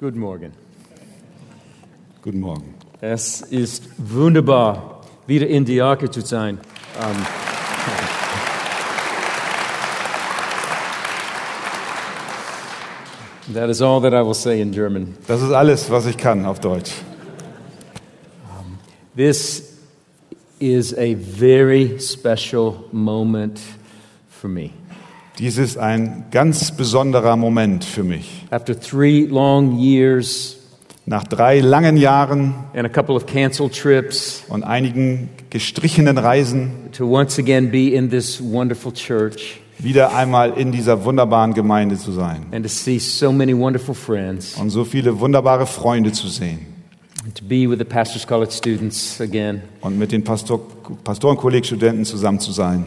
Guten Morgen. Guten Morgen. Es ist wunderbar, wieder in die Arche zu sein. That is all that I will say in German. Das ist alles, was ich kann auf Deutsch. This is a very special moment for me. Dies ist ein ganz besonderer Moment für mich. After 3 long years Nach 3 langen Jahren and a couple of canceled trips und einigen gestrichenen Reisen to once again be in this wonderful church wieder einmal in dieser wunderbaren Gemeinde zu sein and to see so many wonderful friends und so viele wunderbare Freunde zu sehen and to be with the Pastors College students again. und mit den Pastorenkolleg-Studenten zusammen zu sein.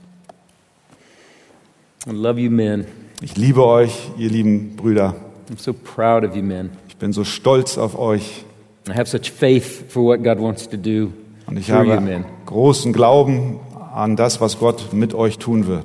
I love you men. Ich liebe euch, ihr lieben Brüder. I'm so proud of you men. Ich bin so stolz auf euch I have such faith for what God wants to do und ich through you habe men. großen Glauben an das, was Gott mit euch tun wird.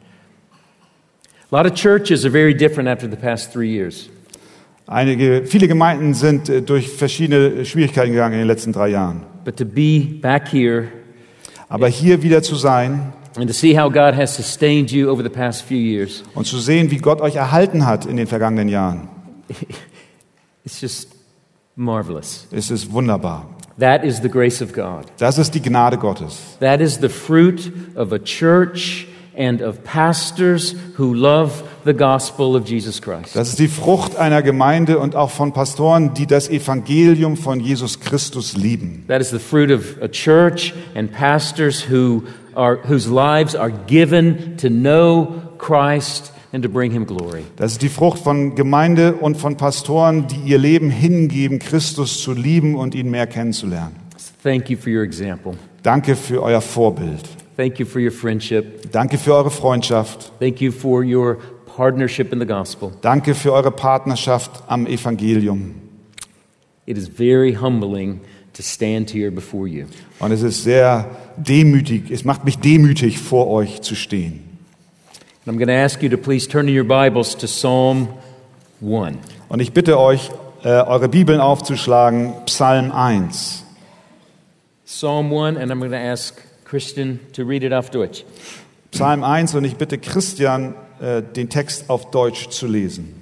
A lot of churches are very different after the past 3 years. Viele Gemeinden sind durch verschiedene Schwierigkeiten gegangen in den letzten 3 Jahren. But to be back here Aber hier wieder zu sein and to see how God has sustained you over the past few years, und zu sehen, wie Gott euch erhalten hat in den vergangenen Jahren, it's just marvelous. ist es wunderbar. That is the grace of God. Das ist die Gnade Gottes. That is the fruit of a church and of pastors who love the gospel of Jesus Christ. Das ist die Frucht einer Gemeinde und auch von Pastoren, die das Evangelium von Jesus Christus lieben. That is the fruit of a church and pastors whose lives are given to know Christ and to bring him glory. Das ist die Frucht von Gemeinde und von Pastoren, die ihr Leben hingeben, Christus zu lieben und ihn mehr kennenzulernen. Thank you for your example. Danke für euer Vorbild. Thank you for your friendship. Danke für eure Freundschaft. Thank you for your partnership in the gospel. Danke für eure Partnerschaft am Evangelium. It is very humbling to stand here before you. Und es ist sehr demütig, es macht mich demütig, vor euch zu stehen. And I'm going to ask you to please turn in your Bibles to Psalm 1. Und ich bitte euch, eure Bibeln aufzuschlagen, Psalm 1. Psalm 1, and I'm going to ask Christian to read it auf Deutsch. Psalm 1, und ich bitte Christian, den Text auf Deutsch zu lesen.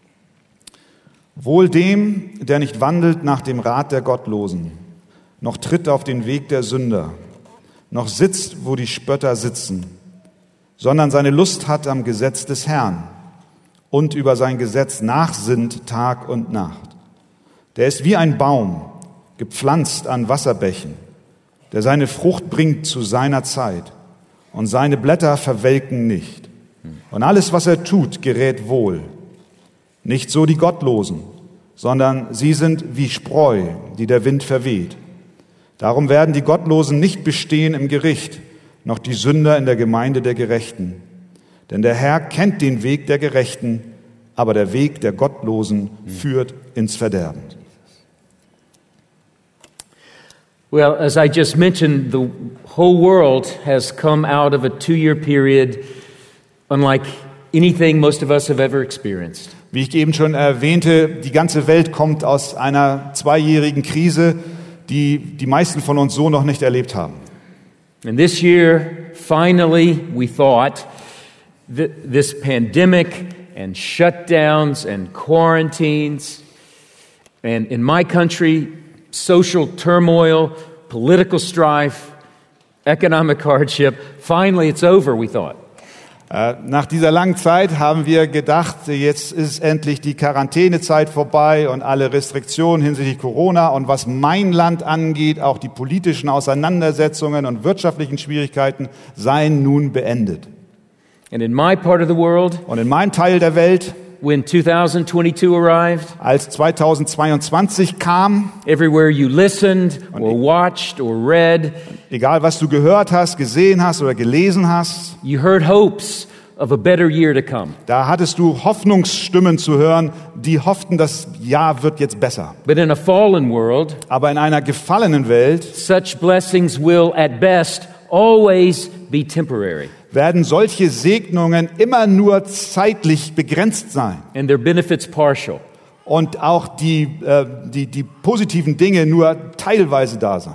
Wohl dem, der nicht wandelt nach dem Rat der Gottlosen, noch tritt auf den Weg der Sünder, noch sitzt, wo die Spötter sitzen, sondern seine Lust hat am Gesetz des Herrn und über sein Gesetz nachsinnt Tag und Nacht. Der ist wie ein Baum, gepflanzt an Wasserbächen, der seine Frucht bringt zu seiner Zeit und seine Blätter verwelken nicht. Und alles, was er tut, gerät wohl. Nicht so die Gottlosen, sondern sie sind wie Spreu, die der Wind verweht. Darum werden die Gottlosen nicht bestehen im Gericht, noch die Sünder in der Gemeinde der Gerechten. Denn der Herr kennt den Weg der Gerechten, aber der Weg der Gottlosen führt ins Verderben. Well, as I just mentioned, the whole world has come out of a 2-year period unlike anything most of us have ever experienced. Wie ich eben schon erwähnte, die ganze Welt kommt aus einer 2-jährigen Krise, die die meisten von uns so noch nicht erlebt haben. And this year, finally, we thought that this pandemic and shutdowns and quarantines, and in my country, social turmoil, political strife, economic hardship, finally it's over, we thought. Nach dieser langen Zeit haben wir gedacht, jetzt ist endlich die Quarantänezeit vorbei und alle Restriktionen hinsichtlich Corona und was mein Land angeht, auch die politischen Auseinandersetzungen und wirtschaftlichen Schwierigkeiten seien nun beendet. And in my part of the world, Und in meinem Teil der Welt, when 2022 arrived, als 2022 kam, everywhere you listened or watched or read, egal was du gehört hast, gesehen hast oder gelesen hast, you heard hopes of a better year to come. da hattest du Hoffnungsstimmen zu hören, die hofften, das Jahr wird jetzt besser. But in a fallen world, Aber in einer gefallenen Welt such blessings will at best always be temporary. werden solche Segnungen immer nur zeitlich begrenzt sein. And their benefits partial. und auch die positiven Dinge nur teilweise da sein.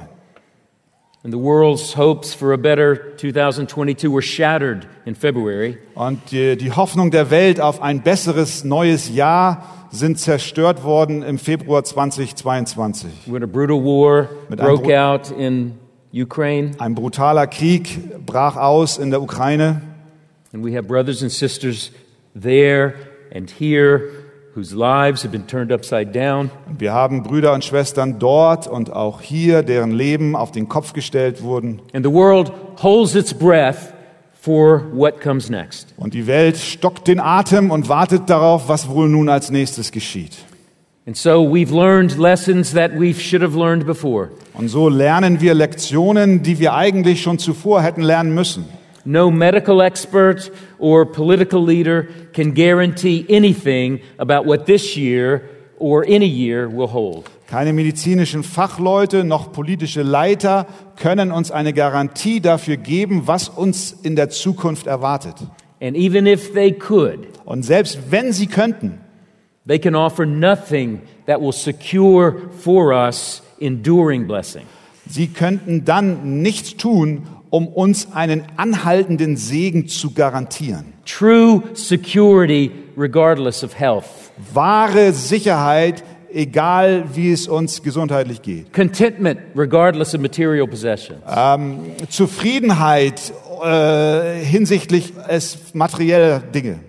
And the world's hopes for a better 2022 were shattered in February. Und die Hoffnung der Welt auf ein besseres neues Jahr sind zerstört worden im Februar 2022. When a brutal war broke out in Ukraine. Ein brutaler Krieg brach aus in der Ukraine. And we have brothers and sisters there and here whose lives have been turned upside down. Und wir haben Brüder und Schwestern dort und auch hier, deren Leben auf den Kopf gestellt wurden. And the world holds its breath for what comes next. Und die Welt stockt den Atem und wartet darauf, was wohl nun als nächstes geschieht. And so we've learned lessons that we should have learned before. Und so lernen wir Lektionen, die wir eigentlich schon zuvor hätten lernen müssen. No medical expert or political leader can guarantee anything about what this year or any year will hold. Keine medizinischen Fachleute noch politische Leiter können uns eine Garantie dafür geben, was uns in der Zukunft erwartet. And even if they could, Und selbst wenn sie könnten, they can offer nothing that will secure for us enduring blessing. sie könnten dann nichts tun, um uns einen anhaltenden Segen zu garantieren. True security regardless of health. Wahre Sicherheit, egal wie es uns gesundheitlich geht. Contentment regardless of material possessions. Zufriedenheit hinsichtlich materieller Dinge.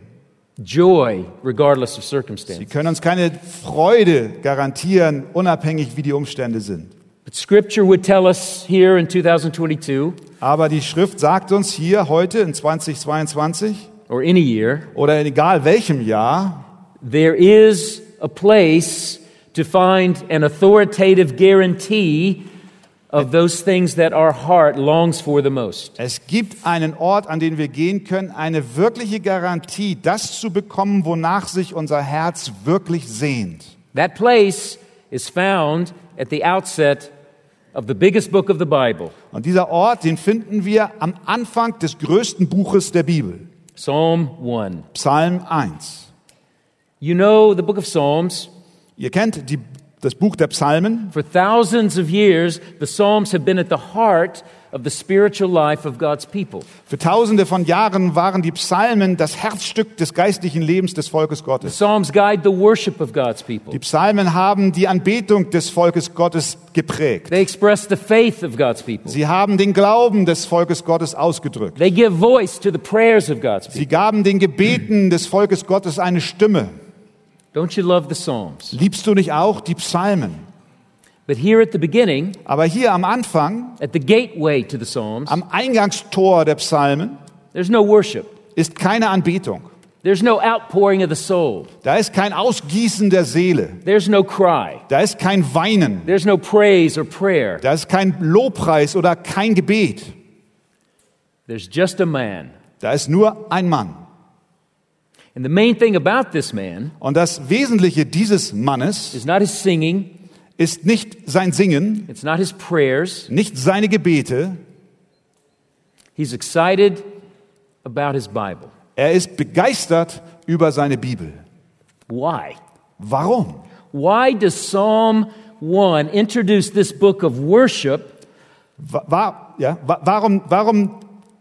Joy regardless of Sie circumstance. können uns keine Freude garantieren, unabhängig wie die Umstände sind. But Scripture would tell us here in 2022 Aber die Schrift sagt uns hier heute in 2022 or any year, oder in egal welchem Jahr, there is a place to find an authoritative guarantee of those things that our heart longs for the most. es gibt einen Ort, an den wir gehen können, eine wirkliche Garantie, das zu bekommen, wonach sich unser Herz wirklich sehnt. That place is found at the outset of the biggest book of the Bible, Und dieser Ort, den finden wir am Anfang des größten Buches der Bibel, Psalm 1. Psalm 1. You know the book of Psalms. Ihr kennt das Buch der Psalmen. For thousands of years, the Psalms have been at the heart of the spiritual life of God's people. Für Tausende von Jahren waren die Psalmen das Herzstück des geistlichen Lebens des Volkes The Gottes. Psalms guide the worship of God's people. Die Psalmen haben die Anbetung des Volkes Gottes geprägt. They express the faith of God's people. Sie haben den Glauben des Volkes Gottes ausgedrückt. They give voice to the prayers of God's people. Sie gaben den Gebeten des Volkes Gottes eine Stimme. Don't you love the Psalms? Liebst du nicht auch die Psalmen? But here at the beginning, Aber hier am Anfang, at the gateway to the Psalms, am Eingangstor der Psalmen, there's no worship. ist keine Anbetung. There's no outpouring of the soul. Da ist kein Ausgießen der Seele. There's no cry. Da ist kein Weinen. There's no praise or prayer. Da ist kein Lobpreis oder kein Gebet. There's just a man. Da ist nur ein Mann. And the main thing about this man Und das Wesentliche dieses Mannes is not his singing, ist nicht sein Singen, it's not his prayers. nicht seine Gebete. He's excited about his Bible. Er ist begeistert über seine Bibel. Why? Warum? Why does Psalm 1 introduce this book of worship Warum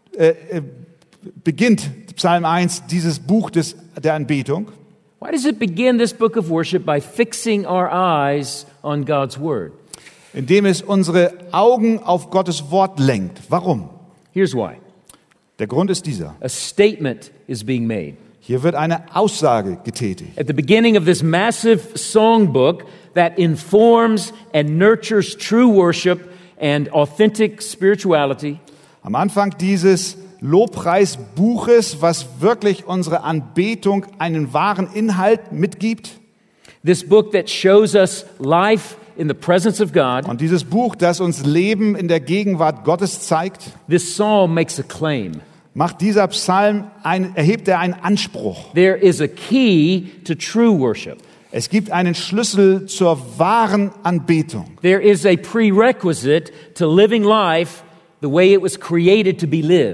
beginnt Psalm 1 dieses Buch der Anbetung? Why does it begin this book of worship by fixing our eyes on God's Word? Indem es unsere Augen auf Gottes Wort lenkt. Warum? Here's why. Der Grund ist dieser. A statement is being made. Hier wird eine Aussage getätigt. At the beginning of this massive songbook that informs and nurtures true worship and authentic spirituality, Am Anfang dieses Lobpreisbuches, was wirklich unsere Anbetung einen wahren Inhalt mitgibt. this book that shows us life in the presence of God, Und dieses Buch, das uns Leben in der Gegenwart Gottes zeigt, this psalm makes a claim. macht dieser Psalm erhebt er einen Anspruch. There is a key to true worship. Es gibt einen Schlüssel zur wahren Anbetung. There is a prerequisite to living life the way it was created to be lived.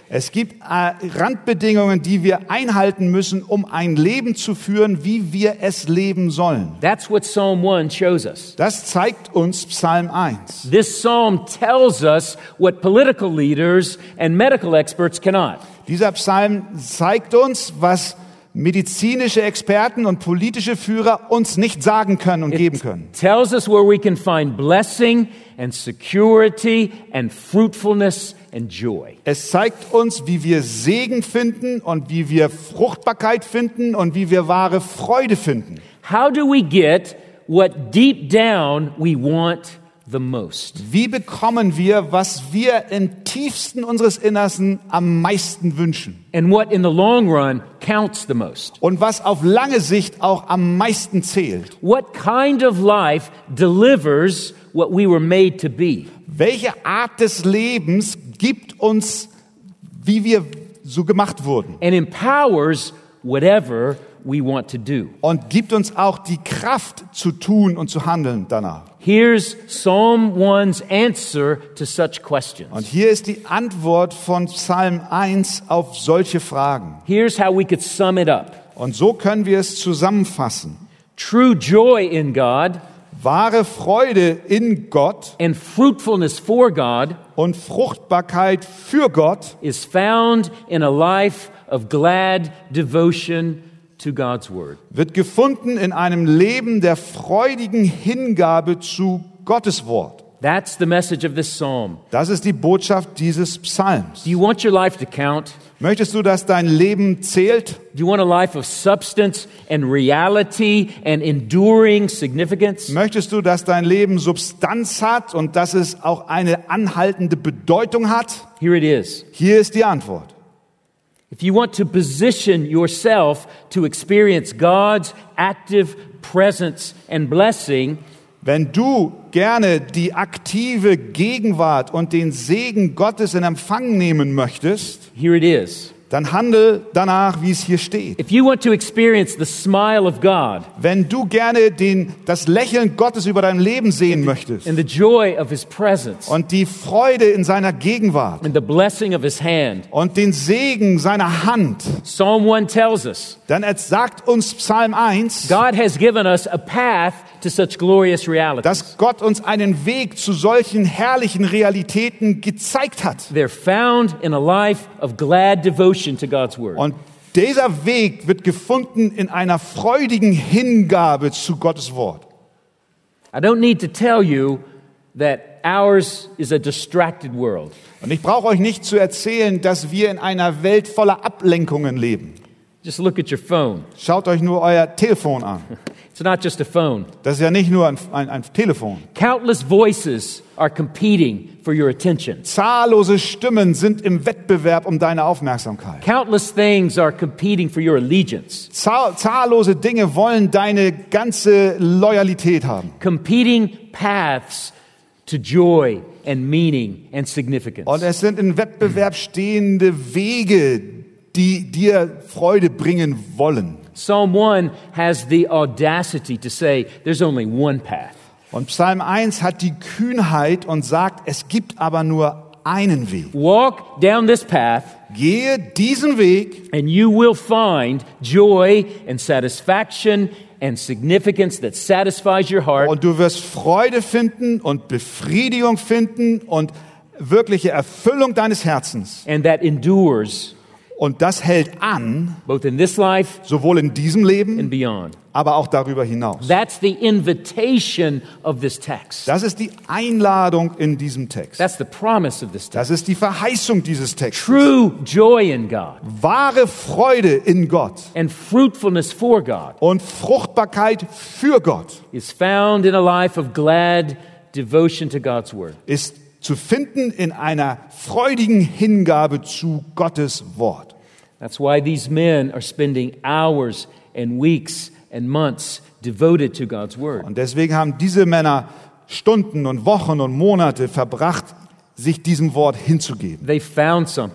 Es gibt Randbedingungen, die wir einhalten müssen, um ein Leben zu führen, wie wir es leben sollen. That's what Psalm 1 shows us. Das zeigt uns Psalm 1. This psalm tells us what political leaders and medical experts cannot. Dieser Psalm zeigt uns, was medizinische Experten und politische Führer uns nicht sagen können und geben können. Tells us where we can find blessing and security and fruitfulness and joy. Es zeigt uns, wie wir Segen finden und wie wir Fruchtbarkeit finden und wie wir wahre Freude finden. How do we get what deep down we want the most? Wie bekommen wir, was wir im tiefsten unseres Innersten am meisten wünschen? And what in the long run counts the most? Und was auf lange Sicht auch am meisten zählt? What kind of life delivers what we were made to be? Welche Art des Lebens gibt uns, wie wir so gemacht wurden? And empowers whatever we want to do. Und gibt uns auch die Kraft zu tun und zu handeln danach. Here's Psalm 1's answer to such questions. Und hier ist die Antwort von Psalm 1 auf solche Fragen. Here's how we could sum it up. Und so können wir es zusammenfassen. True joy in God Wahre Freude in Gott and fruitfulness for God und Fruchtbarkeit für Gott is found in a life of glad devotion to God's Word. wird gefunden in einem Leben der freudigen Hingabe zu Gottes Wort. That's the message of this psalm. Das ist die Botschaft dieses Psalms. Do you want your life to count? Möchtest du, dass dein Leben zählt? Do you want a life of substance and reality and enduring significance? Möchtest du, dass dein Leben Substanz hat und dass es auch eine anhaltende Bedeutung hat? Here it is. Hier ist die Antwort. If you want to position yourself to experience God's active presence and blessing, Wenn du gerne die aktive Gegenwart und den Segen Gottes in Empfang nehmen möchtest, here it is. dann handel danach, wie es hier steht. If you want to experience the smile of God Wenn du gerne das Lächeln Gottes über dein Leben sehen möchtest and the joy of His presence und die Freude in seiner Gegenwart and the blessing of His hand, und den Segen seiner Hand, Psalm 1 tells us dann sagt uns Psalm 1, God has given us a path to such glorious realities. dass Gott uns einen Weg zu solchen herrlichen Realitäten gezeigt hat. They're found in a life of glad devotion to God's Word. Und dieser Weg wird gefunden in einer freudigen Hingabe zu Gottes Wort. I don't need to tell you that ours is a distracted world. Und ich brauche euch nicht zu erzählen, dass wir in einer Welt voller Ablenkungen leben. Just look at your phone. Schaut euch nur euer Telefon an. It's not just a phone. Das ist ja nicht nur ein Telefon. Countless voices are competing for your attention. Zahllose Stimmen sind im Wettbewerb um deine Aufmerksamkeit. Countless things are competing for your allegiance. Zahllose Dinge wollen deine ganze Loyalität haben. Competing paths to joy and meaning and significance. Und es sind im Wettbewerb stehende Wege, die dir Freude bringen wollen. Psalm 1 has the audacity to say there's only one path. Und Psalm 1 hat die Kühnheit und sagt, es gibt aber nur einen Weg. Walk down this path Gehe diesen Weg and you will find joy and satisfaction and significance that satisfies your heart. und du wirst Freude finden und Befriedigung finden und wirkliche Erfüllung deines Herzens. And that endures Und das hält an, both in this life sowohl in diesem and Leben, beyond. aber auch darüber hinaus. That's the invitation of this text. Das ist die Einladung in diesem Text. That's the promise of this text. Das ist die Verheißung dieses Textes. True joy in God Wahre Freude in Gott and fruitfulness for God und Fruchtbarkeit für Gott is found in a life of glad devotion to God's Word. ist zu finden in einer freudigen Hingabe zu Gottes Wort. That's why these men are spending hours and weeks and months devoted to God's Word. Und deswegen haben diese Männer Stunden und Wochen und Monate verbracht, sich diesem Wort hinzugeben. They found something.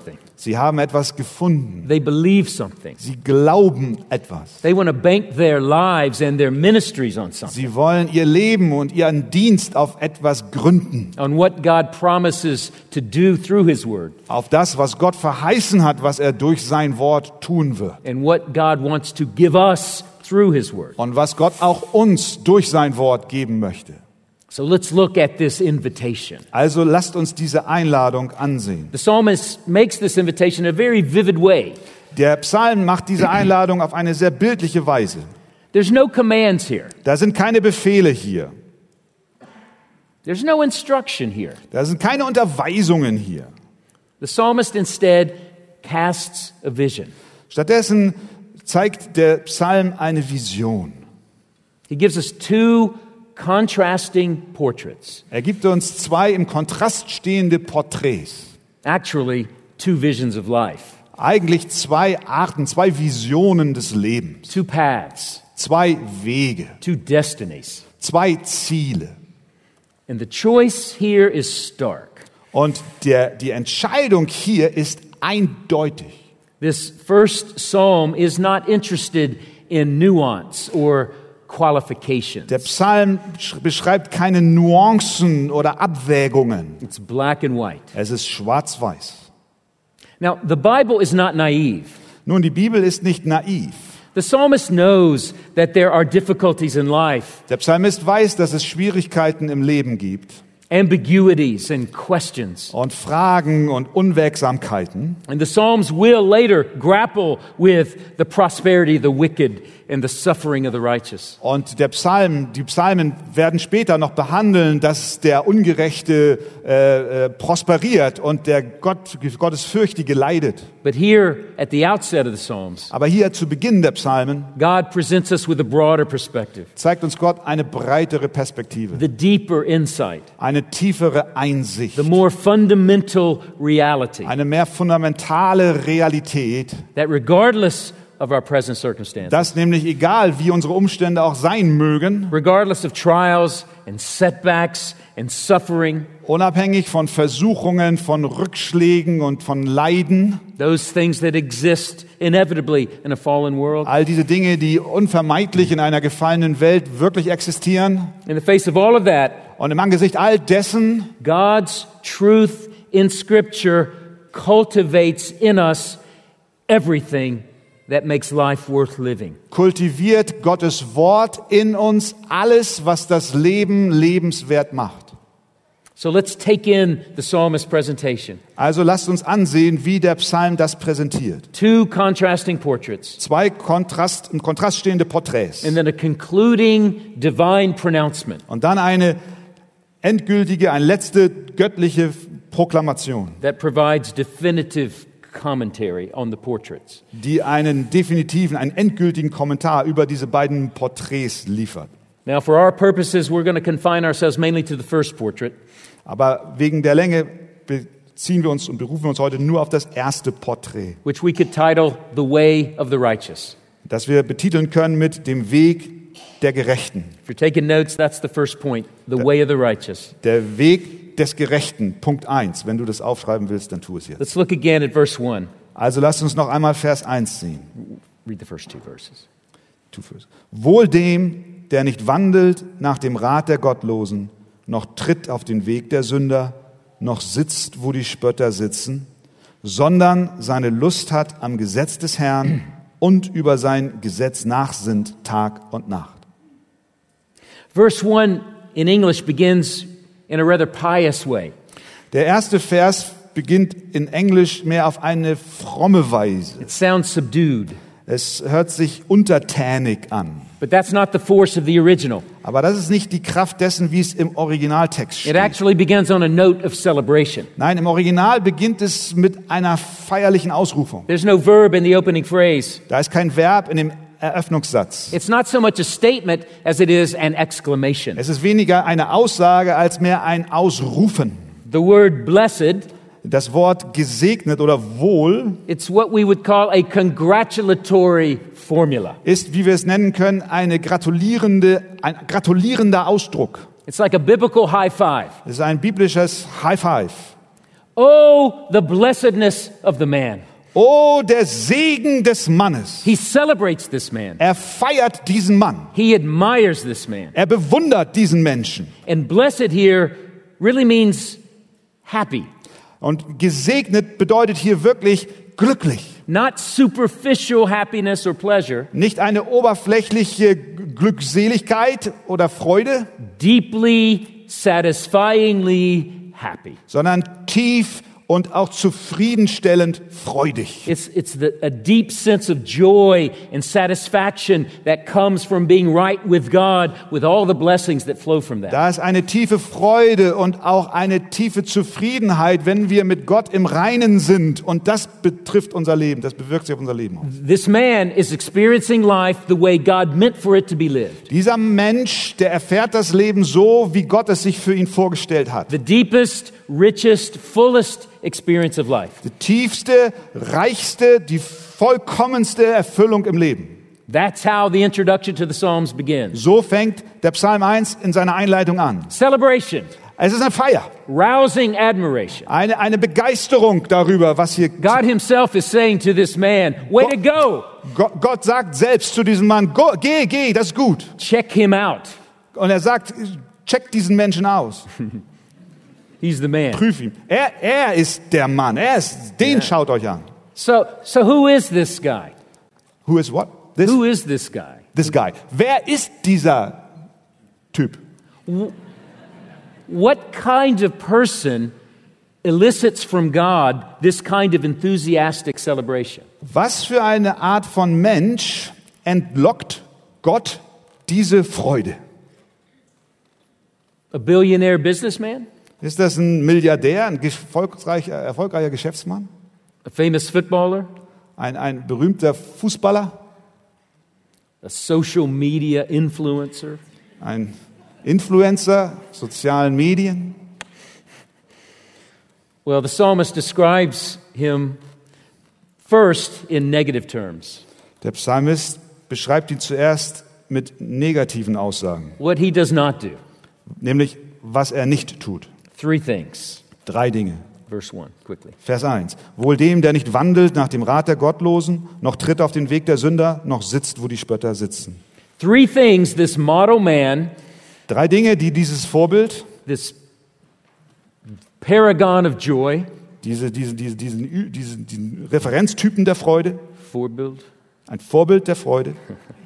Sie haben etwas gefunden. They believe something. Sie glauben etwas. They want to bank their lives and their ministries on something. Sie wollen ihr Leben und ihren Dienst auf etwas gründen. On what God promises to do through His Word. Auf das, was Gott verheißen hat, was er durch sein Wort tun wird. And what God wants to give us through His Word. Und was Gott auch uns durch sein Wort geben möchte. So let's look at this invitation. Also lasst uns diese Einladung ansehen. The psalmist makes this invitation in a very vivid way. Der Psalm macht diese Einladung auf eine sehr bildliche Weise. There's no commands here. Da sind keine Befehle hier. There's no instruction here. Da sind keine Unterweisungen hier. The psalmist instead casts a vision. Stattdessen zeigt der Psalm eine Vision. He gives us two contrasting portraits. Er gibt uns zwei im Kontrast stehende Porträts. Actually, two visions of life. Eigentlich zwei Arten, zwei Visionen des Lebens. Two paths. Zwei Wege. Two destinies. Zwei Ziele. And the choice here is stark. Und die Entscheidung hier ist eindeutig. This first psalm is not interested in nuance or qualifications. Der Psalm beschreibt keine Nuancen oder Abwägungen. It's black and white. Es ist schwarz-weiß. Now, the Bible is not naive. Nun, die Bibel ist nicht naiv. The psalmist knows that there are difficulties in life, Der Psalmist weiß, dass es Schwierigkeiten im Leben gibt ambiguities and questions. und Fragen und Unwägsamkeiten. And the Psalms will later grapple with the prosperity of the wicked and the suffering of the righteous. Und die Psalmen werden später noch behandeln, dass der Ungerechte prosperiert und der Gottesfürchtige leidet. But here at the outset of the Psalms, Aber hier zu Beginn der Psalmen God presents us with a broader perspective, zeigt uns Gott eine breitere Perspektive, the deeper insight, eine tiefere Einsicht, the more fundamental reality eine mehr fundamentale Realität, that regardless of our present circumstances, dass nämlich egal wie unsere Umstände auch sein mögen, regardless of trials and setbacks and suffering, unabhängig von Versuchungen, von Rückschlägen und von Leiden, those things that exist inevitably in a fallen world, all diese Dinge, die unvermeidlich in einer gefallenen Welt wirklich existieren, in the face of all of that, und im Angesicht all dessen God's truth in Scripture cultivates in us everything that makes life worth living. kultiviert Gottes Wort in uns alles, was das Leben lebenswert macht. So let's take in the psalmist's presentation. Also lasst uns ansehen, wie der Psalm das präsentiert. Two contrasting portraits, Zwei im Kontrast stehende Porträts. and then a concluding divine pronouncement Und dann eine letzte göttliche Proklamation, that provides definitive commentary on the portraits. die einen endgültigen Kommentar über diese beiden Porträts liefert. Now, for our purposes, we're going to confine ourselves mainly to the first portrait. Aber wegen der Länge beziehen wir uns und berufen uns heute nur auf das erste Porträt, Which we could title The Way of the Righteous. das wir betiteln können mit dem Weg der Gerechten. If you're taking notes, that's the first point, the way of the righteous. Der Weg des Gerechten, Punkt 1. Wenn du das aufschreiben willst, dann tu es jetzt. Let's look again at verse 1. Also lasst uns noch einmal Vers 1 sehen. Read the first two verses. Wohl dem, der nicht wandelt nach dem Rat der Gottlosen, noch tritt auf den Weg der Sünder, noch sitzt, wo die Spötter sitzen, sondern seine Lust hat am Gesetz des Herrn und über sein Gesetz nachsinnt Tag und Nacht. Verse 1 in English begins in a rather pious way. Der erste Vers beginnt in Englisch mehr auf eine fromme Weise. It sounds subdued, Es hört sich untertänig an. but that's not the force of the original. Aber das ist nicht die Kraft dessen, wie es im Originaltext It steht. actually begins on a note of celebration. Nein, im Original beginnt es mit einer feierlichen Ausrufung. There's no verb in the opening phrase. Da ist kein Verb in dem Eröffnungssatz. It's not so much a statement as it is an exclamation. Es ist weniger eine Aussage als mehr ein Ausrufen. The word blessed, Das Wort gesegnet oder wohl it's what we would call a congratulatory formula. ist, wie wir es nennen können, ein gratulierender Ausdruck. It's like a biblical high five. Es ist ein biblisches High Five. Oh, the blessedness of the man. Oh, der Segen des Mannes. He celebrates this man. Er feiert diesen Mann. He admires this man. Er bewundert diesen Menschen. And blessed here really means happy. Und gesegnet bedeutet hier wirklich glücklich. Not superficial happiness or pleasure. Nicht eine oberflächliche Glückseligkeit oder Freude, Deeply, satisfyingly happy. sondern tief und auch zufriedenstellend freudig. It's a deep sense of joy and satisfaction that comes from being right with God with all the blessings that flow from that. Da ist eine tiefe Freude und auch eine tiefe Zufriedenheit, wenn wir mit Gott im Reinen sind. Und das betrifft unser Leben, das bewirkt sich auf unser Leben aus. This man is experiencing life the way God meant for it to be lived. Dieser Mensch, der erfährt das Leben so, wie Gott es sich für ihn vorgestellt hat. The deepest, richest, fullest experience of life. Die tiefste, reichste, die vollkommenste Erfüllung im Leben. That's how the introduction to the Psalms begins. So fängt der Psalm 1 in seiner Einleitung an. Celebration, Es ist eine Feier, rousing admiration. eine Begeisterung darüber, was hier... God himself is saying to this man, way to go. Gott sagt selbst zu diesem Mann, geh, das ist gut. Check him out. Und er sagt, check diesen Menschen aus, He's the man. prüf ihn. Er ist der Mann, den schaut euch an. So who is this guy? Who is what? Who is this guy? This guy. Wer ist dieser Typ? What kind of person elicits from God this kind of enthusiastic celebration? Was für eine Art von Mensch entlockt Gott diese Freude? A billionaire businessman? Ist das ein Milliardär, ein erfolgreicher Geschäftsmann? A famous footballer? Ein berühmter Fußballer? A social media influencer? Ein Influencer, sozialen Medien? Well, the psalmist describes him first in negative terms. Der Psalmist beschreibt ihn zuerst mit negativen Aussagen, What he does not do. nämlich was er nicht tut. 3 things. 3 Dinge. Verse 1, quickly. Vers 1. Wohl dem, der nicht wandelt nach dem Rat der Gottlosen, noch tritt auf den Weg der Sünder, noch sitzt, wo die Spötter sitzen. 3 things this model man, 3 Dinge, die dieses Vorbild, this paragon of joy, diesen Referenztypen der Freude, Vorbild, ein Vorbild der Freude,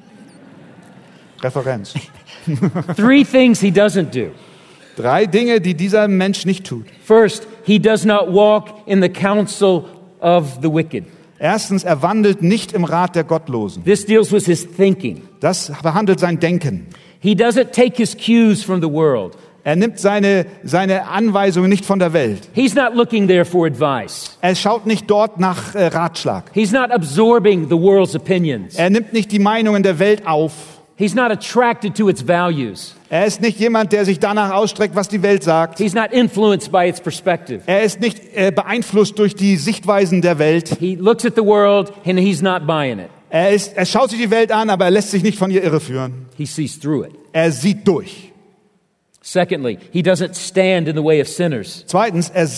Referenz. 3 things he doesn't do. 3 Dinge, die dieser Mensch nicht tut. First, he does not walk in the counsel of the wicked. Erstens, er wandelt nicht im Rat der Gottlosen. This deals with his thinking. Das behandelt sein Denken. He doesn't take his cues from the world. Er nimmt seine Anweisungen nicht von der Welt. He's not looking there for advice. Er schaut nicht dort nach Ratschlag. He's not absorbing the world's opinions. Er nimmt nicht die Meinungen der Welt auf. He's not attracted to its values. Er ist nicht jemand, der sich danach ausstreckt, was die Welt sagt. He's not influenced by its perspective. Er ist nicht beeinflusst durch die Sichtweisen der Welt. He looks at the world and he's not buying it. Er schaut sich die Welt an, aber er lässt sich nicht von ihr irreführen. He sees through it. Er sieht durch. Secondly, he doesn't stand in the way of sinners. Zweitens, er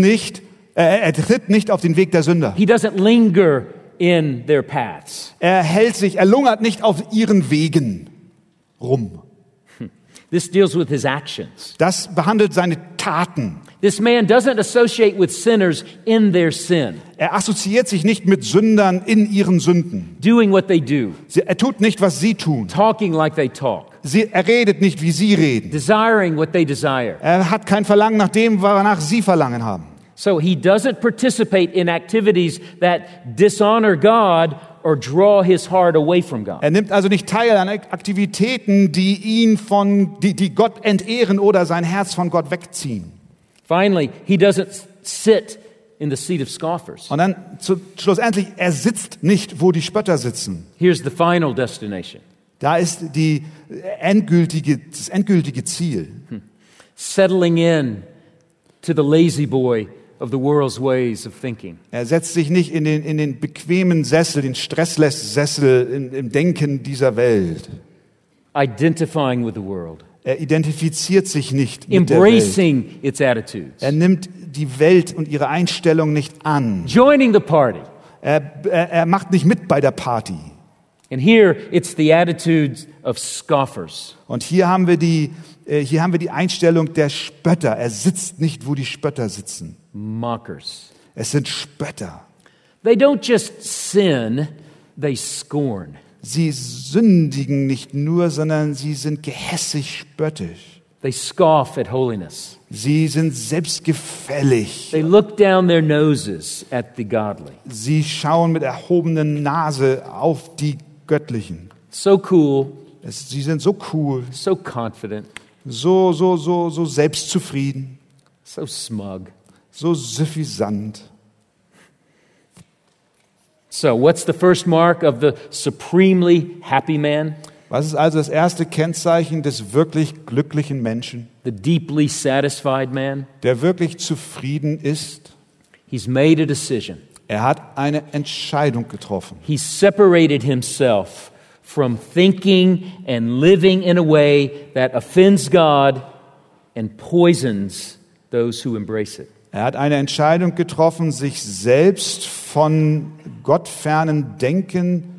tritt nicht auf den Weg der Sünder. He doesn't linger in their paths. Er lungert nicht auf ihren Wegen rum. This deals with his actions. Das behandelt seine Taten. This man doesn't associate with sinners in their sin, Er assoziiert sich nicht mit Sündern in ihren Sünden. doing what they do, Er tut nicht, was sie tun. talking like they talk, Er redet nicht, wie sie reden. desiring what they desire. Er hat kein Verlangen nach dem, wonach sie Verlangen haben. So he doesn't participate in activities that dishonor God or draw his heart away from God. Er nimmt also nicht teil an Aktivitäten, die Gott entehren oder sein Herz von Gott wegziehen. Finally, he doesn't sit in the seat of scoffers. Und dann schlussendlich, er sitzt nicht, wo die Spötter sitzen. Here's the final destination. Da ist das endgültige Ziel. Settling in to the lazy boy of the world's ways of thinking. Er setzt sich nicht in den bequemen Sessel, den Stressless-Sessel im Denken dieser Welt. Identifying with the world. Er identifiziert sich nicht mit der Welt. embracing its attitudes, Er nimmt die Welt und ihre Einstellung nicht an. joining the party. Er macht nicht mit bei der Party. And here it's the attitudes of scoffers. Und hier haben wir die Einstellung der Spötter. Er sitzt nicht, wo die Spötter sitzen. Mockers. Es sind Spötter. They don't just sin, they scorn. Sie sündigen nicht nur, sondern sie sind gehässig spöttisch. They scoff at holiness. Sie sind selbstgefällig. They look down their noses at the godly. Sie schauen mit erhobener Nase auf die Göttlichen. So cool, Sie sind so cool, so confident, so selbstzufrieden, so smug. so suffisant. So, what's the first mark of the supremely happy man? Was ist also das erste Kennzeichen des wirklich glücklichen Menschen, The deeply satisfied man? der wirklich zufrieden ist? He's made a decision. Er hat eine Entscheidung getroffen. He separated himself from thinking and living in a way that offends God and poisons those who embrace it. Er hat eine Entscheidung getroffen, sich selbst von gottfernen Denken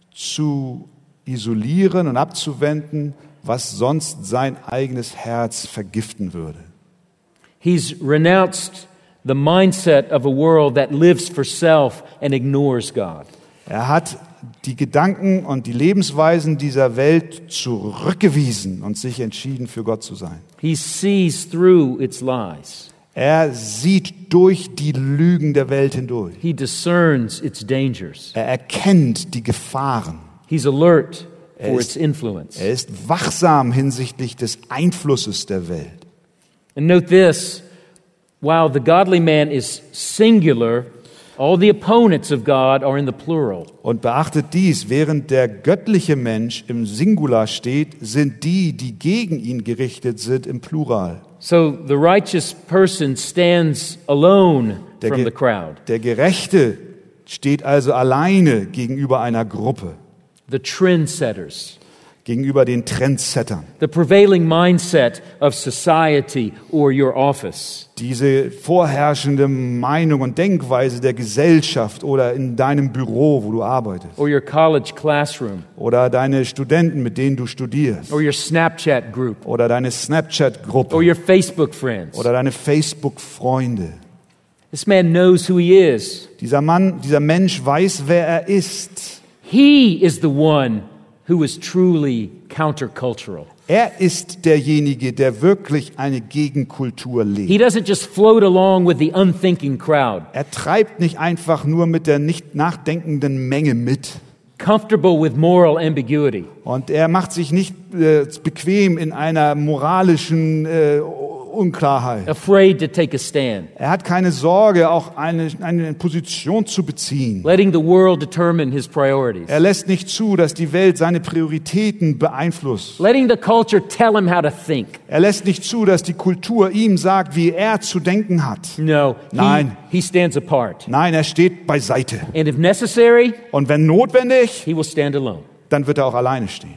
zu isolieren und abzuwenden, was sonst sein eigenes Herz vergiften würde. He's renounced the mindset of a world that lives for self and ignores God. Er hat die Gedanken und die Lebensweisen dieser Welt zurückgewiesen und sich entschieden, für Gott zu sein. He sees through its lies. Er sieht durch die Lügen der Welt hindurch. He discerns its dangers. Er erkennt die Gefahren. He's alert for Er its influence. Er ist wachsam hinsichtlich des Einflusses der Welt. And note this, while the godly man is singular, all the opponents of God are in the plural. Und beachtet dies, während der göttliche Mensch im Singular steht, sind die gegen ihn gerichtet sind, im Plural. So the righteous person stands alone from the crowd. Der Gerechte steht also alleine gegenüber einer Gruppe, The trendsetters, gegenüber den Trendsettern. the prevailing mindset of society or your office. Diese vorherrschende Meinung und Denkweise der Gesellschaft oder in deinem Büro, wo du arbeitest, Or your college classroom, oder deine Studenten, mit denen du studierst, or your Snapchat group, oder deine or Snapchat-Gruppe, your Facebook friends. oder deine Facebook-Freunde. This man knows who he is. Dieser Mensch weiß, wer er ist. He is the one who is truly countercultural. Er ist derjenige, der wirklich eine Gegenkultur He lebt. doesn't just float along with the unthinking crowd, Er treibt nicht einfach nur mit der nicht nachdenkenden Menge mit. comfortable with moral ambiguity. Und er macht sich nicht bequem in einer moralischen Unklarheit. Afraid to take a stand, Er hat keine Sorge, auch eine Position zu beziehen. letting the world determine his priorities, Er lässt nicht zu, dass die Welt seine Prioritäten beeinflusst. letting the culture tell him how to think. Er lässt nicht zu, dass die Kultur ihm sagt, wie er zu denken hat. No, Nein. he stands apart. Nein, er steht beiseite. And if necessary, Und wenn notwendig, he will stand alone. dann wird er auch alleine stehen.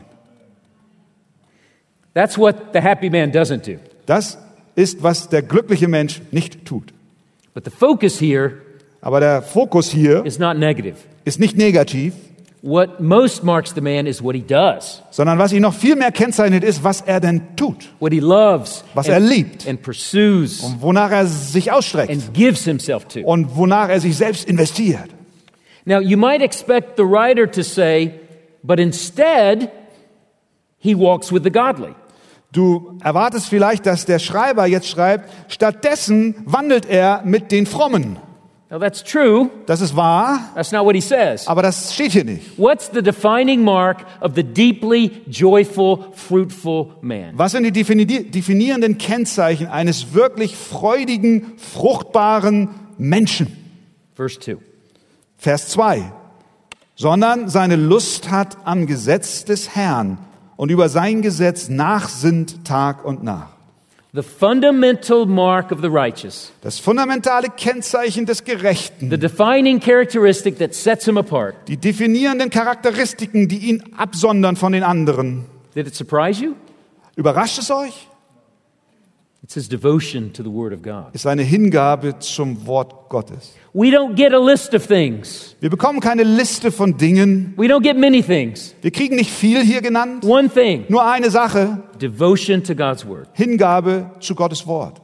That's what the happy man doesn't do. Das ist, was der glückliche Mensch nicht tut. But the focus here Aber der Fokus hier is not negative. ist nicht negativ, What most marks the man is what he does, sondern was ihn noch viel mehr kennzeichnet, ist, was er denn tut what he loves, Was er liebt. and pursues, und wonach er sich ausstreckt and gives himself to. und wonach er sich selbst investiert. Now, you might expect the writer to say, but instead, he walks with the godly. Du erwartest vielleicht, dass der Schreiber jetzt schreibt, stattdessen wandelt er mit den Frommen. Now, that's true. Das ist wahr, That's not what he says. aber das steht hier nicht. What's the defining mark of the deeply joyful, fruitful man? Was sind die definierenden Kennzeichen eines wirklich freudigen, fruchtbaren Menschen? Verse 2. Vers 2. Sondern seine Lust hat am Gesetz des Herrn und über sein Gesetz nachsinnt Tag und Nacht. The fundamental mark of the righteous, Das fundamentale Kennzeichen des Gerechten, the defining characteristic that sets him apart. die definierenden Charakteristiken, die ihn absondern von den anderen. Did it surprise you? Überrascht es euch? It's his devotion to the Word of God. Ist seine Hingabe zum Wort Gottes. We don't get a list of things. Wir bekommen keine Liste von Dingen. We don't get many things. Wir kriegen nicht viel hier genannt. One thing, Nur eine Sache, devotion to God's Word. Hingabe zu Gottes Wort.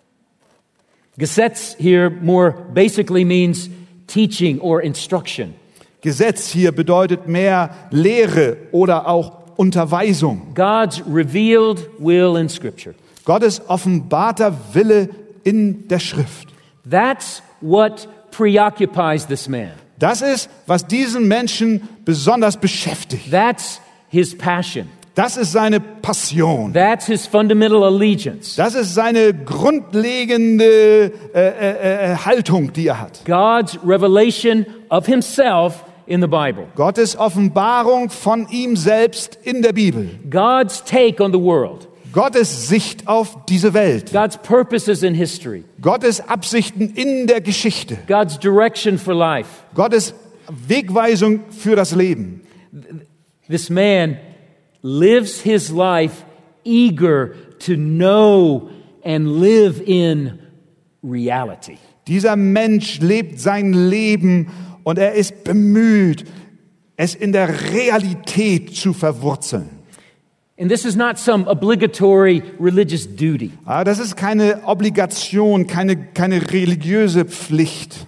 Gesetz here more basically means teaching or instruction. Gesetz hier bedeutet mehr Lehre oder auch Unterweisung. God's revealed will in Scripture. Gottes offenbarter Wille in der Schrift. That's what preoccupies this man. Das ist, was diesen Menschen besonders beschäftigt. That's his passion. Das ist seine Passion. That's his fundamental allegiance. Das ist seine grundlegende Haltung, die er hat. God's revelation of himself in the Bible. Gottes Offenbarung von ihm selbst in der Bibel. God's take on the world. Gottes Sicht auf diese Welt. God's purposes in history. Gottes Absichten in der Geschichte. God's direction for life. Gottes Wegweisung für das Leben. This man lives his life eager to know and live in reality. Dieser Mensch lebt sein Leben und er ist bemüht, es in der Realität zu verwurzeln. And this is not some obligatory religious duty. Aber das ist keine Obligation, keine religiöse Pflicht.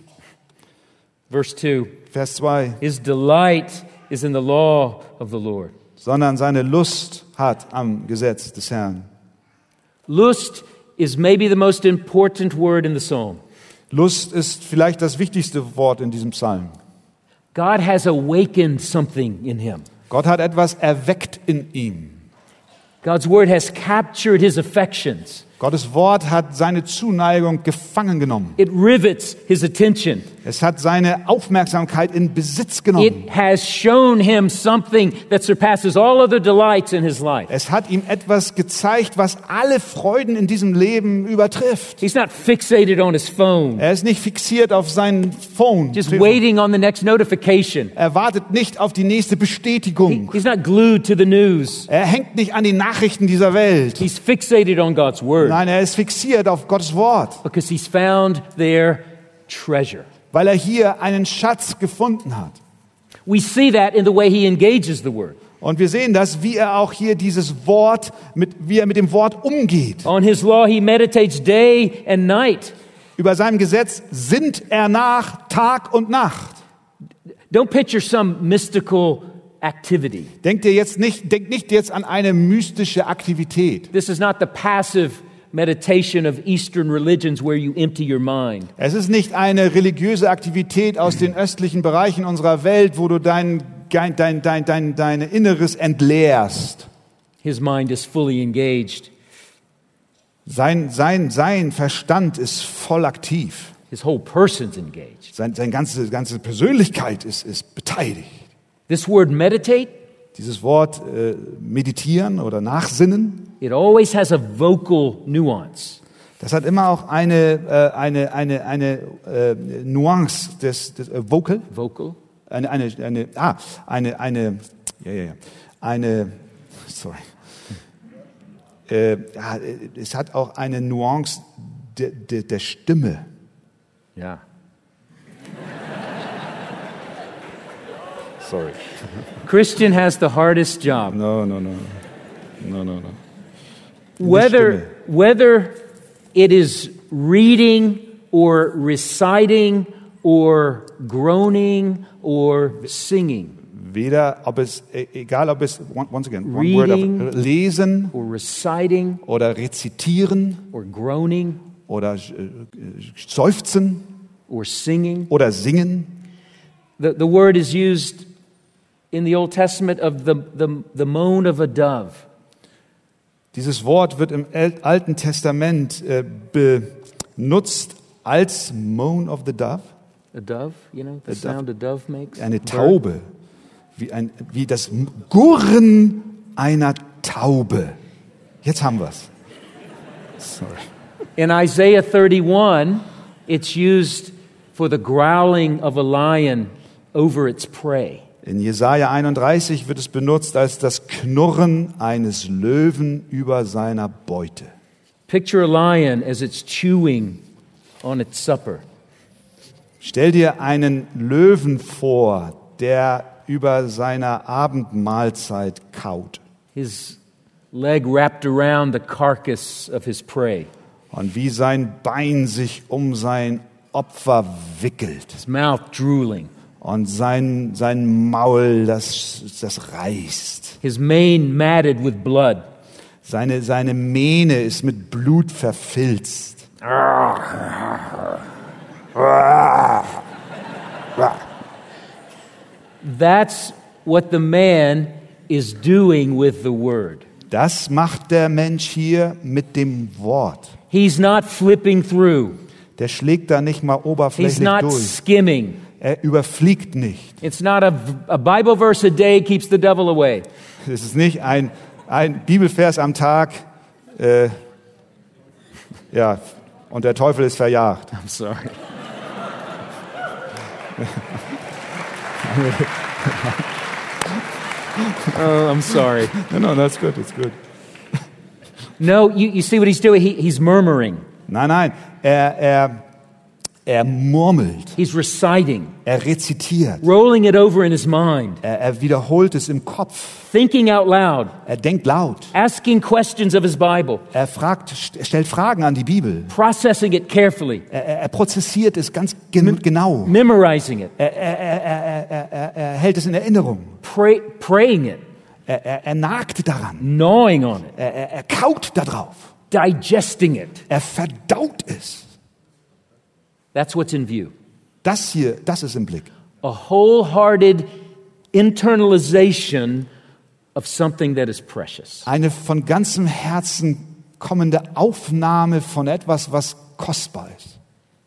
Verse 2. Vers 2. His delight is in the law of the Lord. Sondern seine Lust hat am Gesetz des Herrn. Lust is maybe the most important word in the psalm. Lust ist vielleicht das wichtigste Wort in diesem Psalm. God has awakened something in him. Gott hat etwas erweckt in ihm. God's word has captured his affections. Gottes Wort hat seine Zuneigung gefangen genommen. It rivets his attention. Es hat seine Aufmerksamkeit in Besitz genommen. It has shown him something that surpasses all other delights in his life. Es hat ihm etwas gezeigt, was alle Freuden in diesem Leben übertrifft. He's not fixated on his phone, Er ist nicht fixiert auf sein Phone. just waiting on the next notification. Er wartet nicht auf die nächste Bestätigung. He's not glued to the news. Er hängt nicht an die Nachrichten dieser Welt. He's fixated on God's word Nein, er ist fixiert auf Gottes Wort, because he's found their treasure. weil er hier einen Schatz gefunden hat. We see that in the way he engages the word. Und wir sehen das, wie er auch hier dieses Wort, wie er mit dem Wort umgeht. On his law he meditates day and night. Über seinem Gesetz sinnt er nach Tag und Nacht. Don't picture some mystical activity. Denkt nicht jetzt an eine mystische Aktivität. This is not the passive meditation of Eastern religions where you empty your mind. Es ist nicht eine religiöse Aktivität aus den östlichen Bereichen unserer Welt, wo du dein Inneres entleerst. His mind is fully engaged. Sein Verstand ist voll aktiv. His whole person's engaged. Seine ganze Persönlichkeit ist beteiligt. This word meditate, Dieses Wort meditieren oder nachsinnen, it always has a vocal nuance. das hat immer auch eine Nuance des Vocal. Vocal? Es hat auch eine Nuance der Stimme. Yeah. Sorry. Christian has the hardest job. No. Whether it is reading or reciting or groaning or singing. Egal ob es, once again, one Reading, word of lesen or reciting oder rezitieren or groaning oder seufzen or singing. oder singen. The word is used in the Old Testament of the moan of a dove. Dieses Wort wird im Alten Testament benutzt als moan of the dove. A dove, you know, the sound a dove makes. Eine Taube, wie das Gurren einer Taube. Jetzt haben wir's. Sorry. In Isaiah 31, it's used for the growling of a lion over its prey. In Jesaja 31 wird es benutzt als das Knurren eines Löwen über seiner Beute. Picture a lion as it's chewing on its supper. Stell dir einen Löwen vor, der über seiner Abendmahlzeit kaut. His leg wrapped around the carcass of his prey. Und wie sein Bein sich um sein Opfer wickelt. His mouth drooling. Und sein Maul, das reißt. His mane matted with blood. Seine Mähne ist mit Blut verfilzt. That's what the man is doing with the word. Das macht der Mensch hier mit dem Wort. He's not flipping through. Der schlägt da nicht mal He's oberflächlich not durch. skimming. Er überfliegt nicht. It's not a Bible verse a day keeps the devil away. Es ist nicht ein Bibelvers am Tag, ja, und der Teufel ist verjagt. I'm sorry. Oh, I'm sorry. No, that's good, it's good. No, you see what he's doing? He's murmuring. Nein, er murmelt, He's reciting, er rezitiert, rolling it over in his mind, er wiederholt es im Kopf, thinking out loud, er denkt laut, asking questions of his Bible, er stellt Fragen an die Bibel, processing it carefully, er prozessiert es ganz genau, memorizing it, er hält es in Erinnerung, praying it, er nagt daran, gnawing on it, er kaut darauf, digesting it. er verdaut es. That's what's in view. Das ist im Blick. A wholehearted internalization of something that is precious. Eine von ganzem Herzen kommende Aufnahme von etwas, was kostbar ist.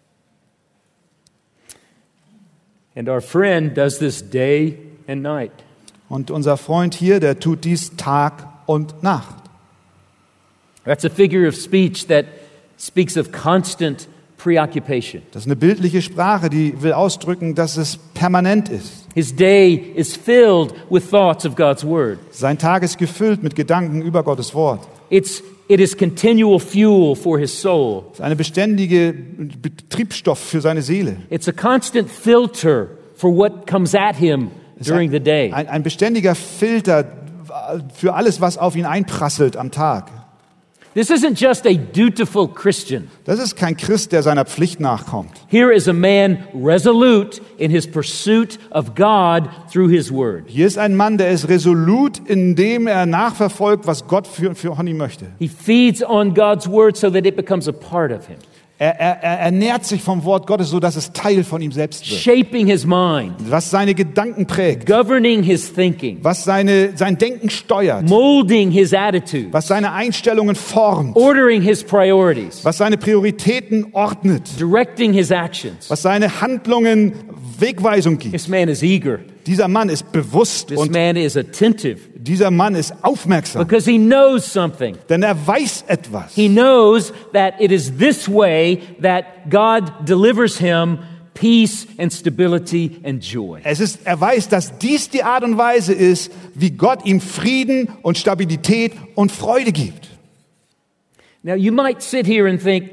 And our friend does this day and night. Und unser Freund hier, der tut dies Tag und Nacht. That's a figure of speech that speaks of constant preoccupation. Das ist eine bildliche Sprache, die will ausdrücken, dass es permanent ist. His day is filled with thoughts of God's word. Sein Tag ist gefüllt mit Gedanken über Gottes Wort. It is continual fuel for his soul. Es ist eine beständige Triebstoff für seine Seele. It's a constant filter for what comes at him during the day. Ein beständiger Filter für alles, was auf ihn einprasselt am Tag. This isn't just a dutiful Christian. Das ist kein Christ, der seiner Pflicht nachkommt. Here is a man resolute in his pursuit of God through his word. Hier ist ein Mann, der ist resolut, indem er nachverfolgt, was Gott von ihm möchte. He feeds on God's word so that it becomes a part of him. Er ernährt sich vom Wort Gottes, so dass es Teil von ihm selbst wird. Shaping his mind, Was seine Gedanken prägt, governing his thinking, was sein Denken steuert, molding his attitude, was seine Einstellungen formt, ordering his priorities, was seine Prioritäten ordnet, directing his actions. was seine Handlungen Wegweisung gibt. This man is eager. Dieser Mann ist bewusst This und man is attentive dieser Mann ist aufmerksam, because he knows something. denn er weiß etwas. He knows that it is this way that God delivers him peace and stability and joy. Er weiß, dass dies die Art und Weise ist, wie Gott ihm Frieden und Stabilität und Freude gibt. Now you might sit here and think,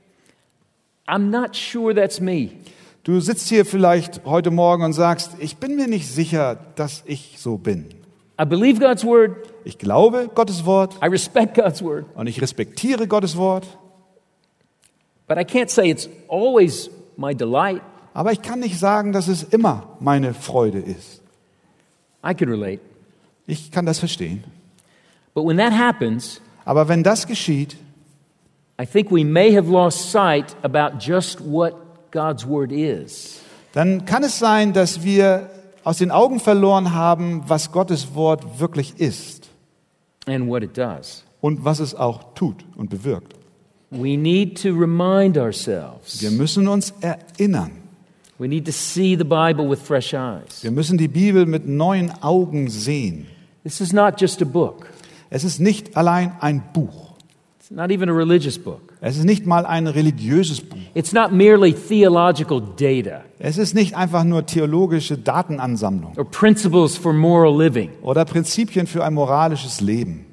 I'm not sure that's me. Du sitzt hier vielleicht heute Morgen und sagst, ich bin mir nicht sicher, dass ich so bin. I believe God's word. Ich glaube Gottes Wort I respect God's word. und ich respektiere Gottes Wort, But I can't say it's always my delight. aber ich kann nicht sagen, dass es immer meine Freude ist. I could relate. Ich kann das verstehen. But when that happens, Aber wenn das geschieht, I think we may have lost sight about just what God's word is. dann kann es sein, dass wir aus den Augen verloren haben, was Gottes Wort wirklich ist And what it does. und was es auch tut und bewirkt. We need to remind ourselves. Wir müssen uns erinnern. We need to see the Bible with fresh eyes. Wir müssen die Bibel mit neuen Augen sehen. This is not just a book. Es ist nicht allein ein Buch. It's not even a religious book. Es ist nicht mal ein religiöses Buch. It's not merely theological data Es ist nicht einfach nur theologische Datenansammlung or principles for moral living. oder Prinzipien für ein moralisches Leben.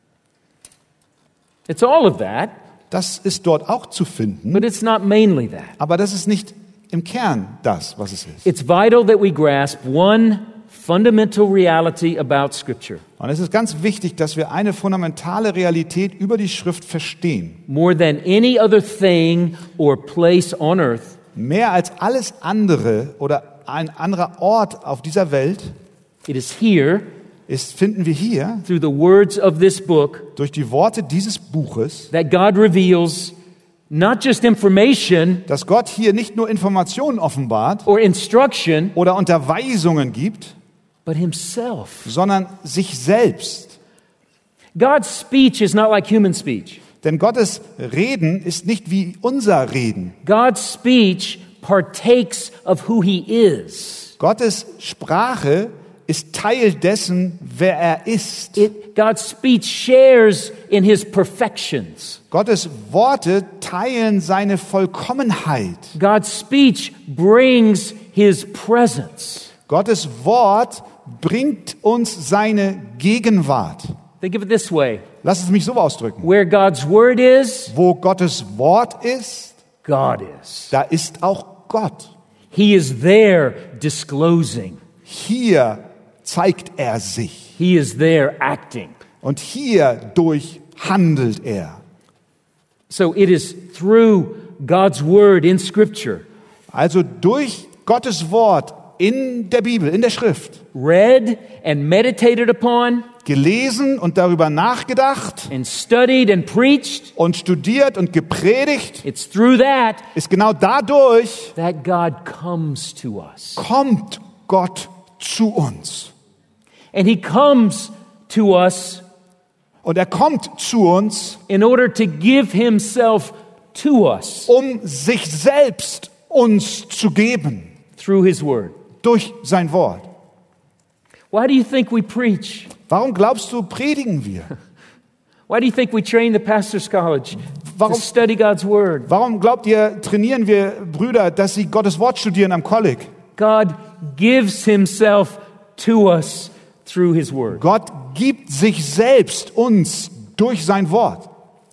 It's all of that, Das ist dort auch zu finden, but it's not mainly that. aber das ist nicht im Kern das, was es ist. It's vital that we grasp one fundamental reality about Scripture. Und es ist ganz wichtig, dass wir eine fundamentale Realität über die Schrift verstehen. More than any other thing or place on earth, Mehr als alles andere oder ein anderer Ort auf dieser Welt it is here, finden wir hier through the words of this book, durch die Worte dieses Buches, that God reveals not just information dass Gott hier nicht nur Informationen offenbart or instruction, oder Unterweisungen gibt, but Himself. sondern sich selbst. God's speech is not like human speech. Denn Gottes Reden ist nicht wie unser Reden. God's speech partakes of who He is. Gottes Sprache ist Teil dessen, wer er ist. God's speech shares in His perfections. Gottes Worte teilen seine Vollkommenheit. God's speech brings His presence. Gottes Wort bringt uns seine Gegenwart. Think of it this way. Lass es mich so ausdrücken. Where God's word is, Wo Gottes Wort ist, God is. da ist auch Gott. He is there disclosing. Hier zeigt er sich. He is there acting. Und hierdurch handelt er. So it is through God's word in Scripture, Also durch Gottes Wort in der Bibel, in der Schrift, read and meditated upon gelesen und darüber nachgedacht and studied and preached, und studiert und gepredigt, it's through that ist genau dadurch that God comes to us. kommt Gott zu uns. And He comes to us Und er kommt zu uns, in order to give Himself to us um sich selbst uns zu geben, through His word. durch sein Wort. Why do you think we preach? Warum glaubst du, predigen wir? Why do you think we train the pastor's college Warum- to study God's word? Warum glaubt ihr, trainieren wir Brüder, dass sie Gottes Wort studieren am Kolleg? God gives Himself to us through His word. Gott gibt sich selbst uns durch sein Wort.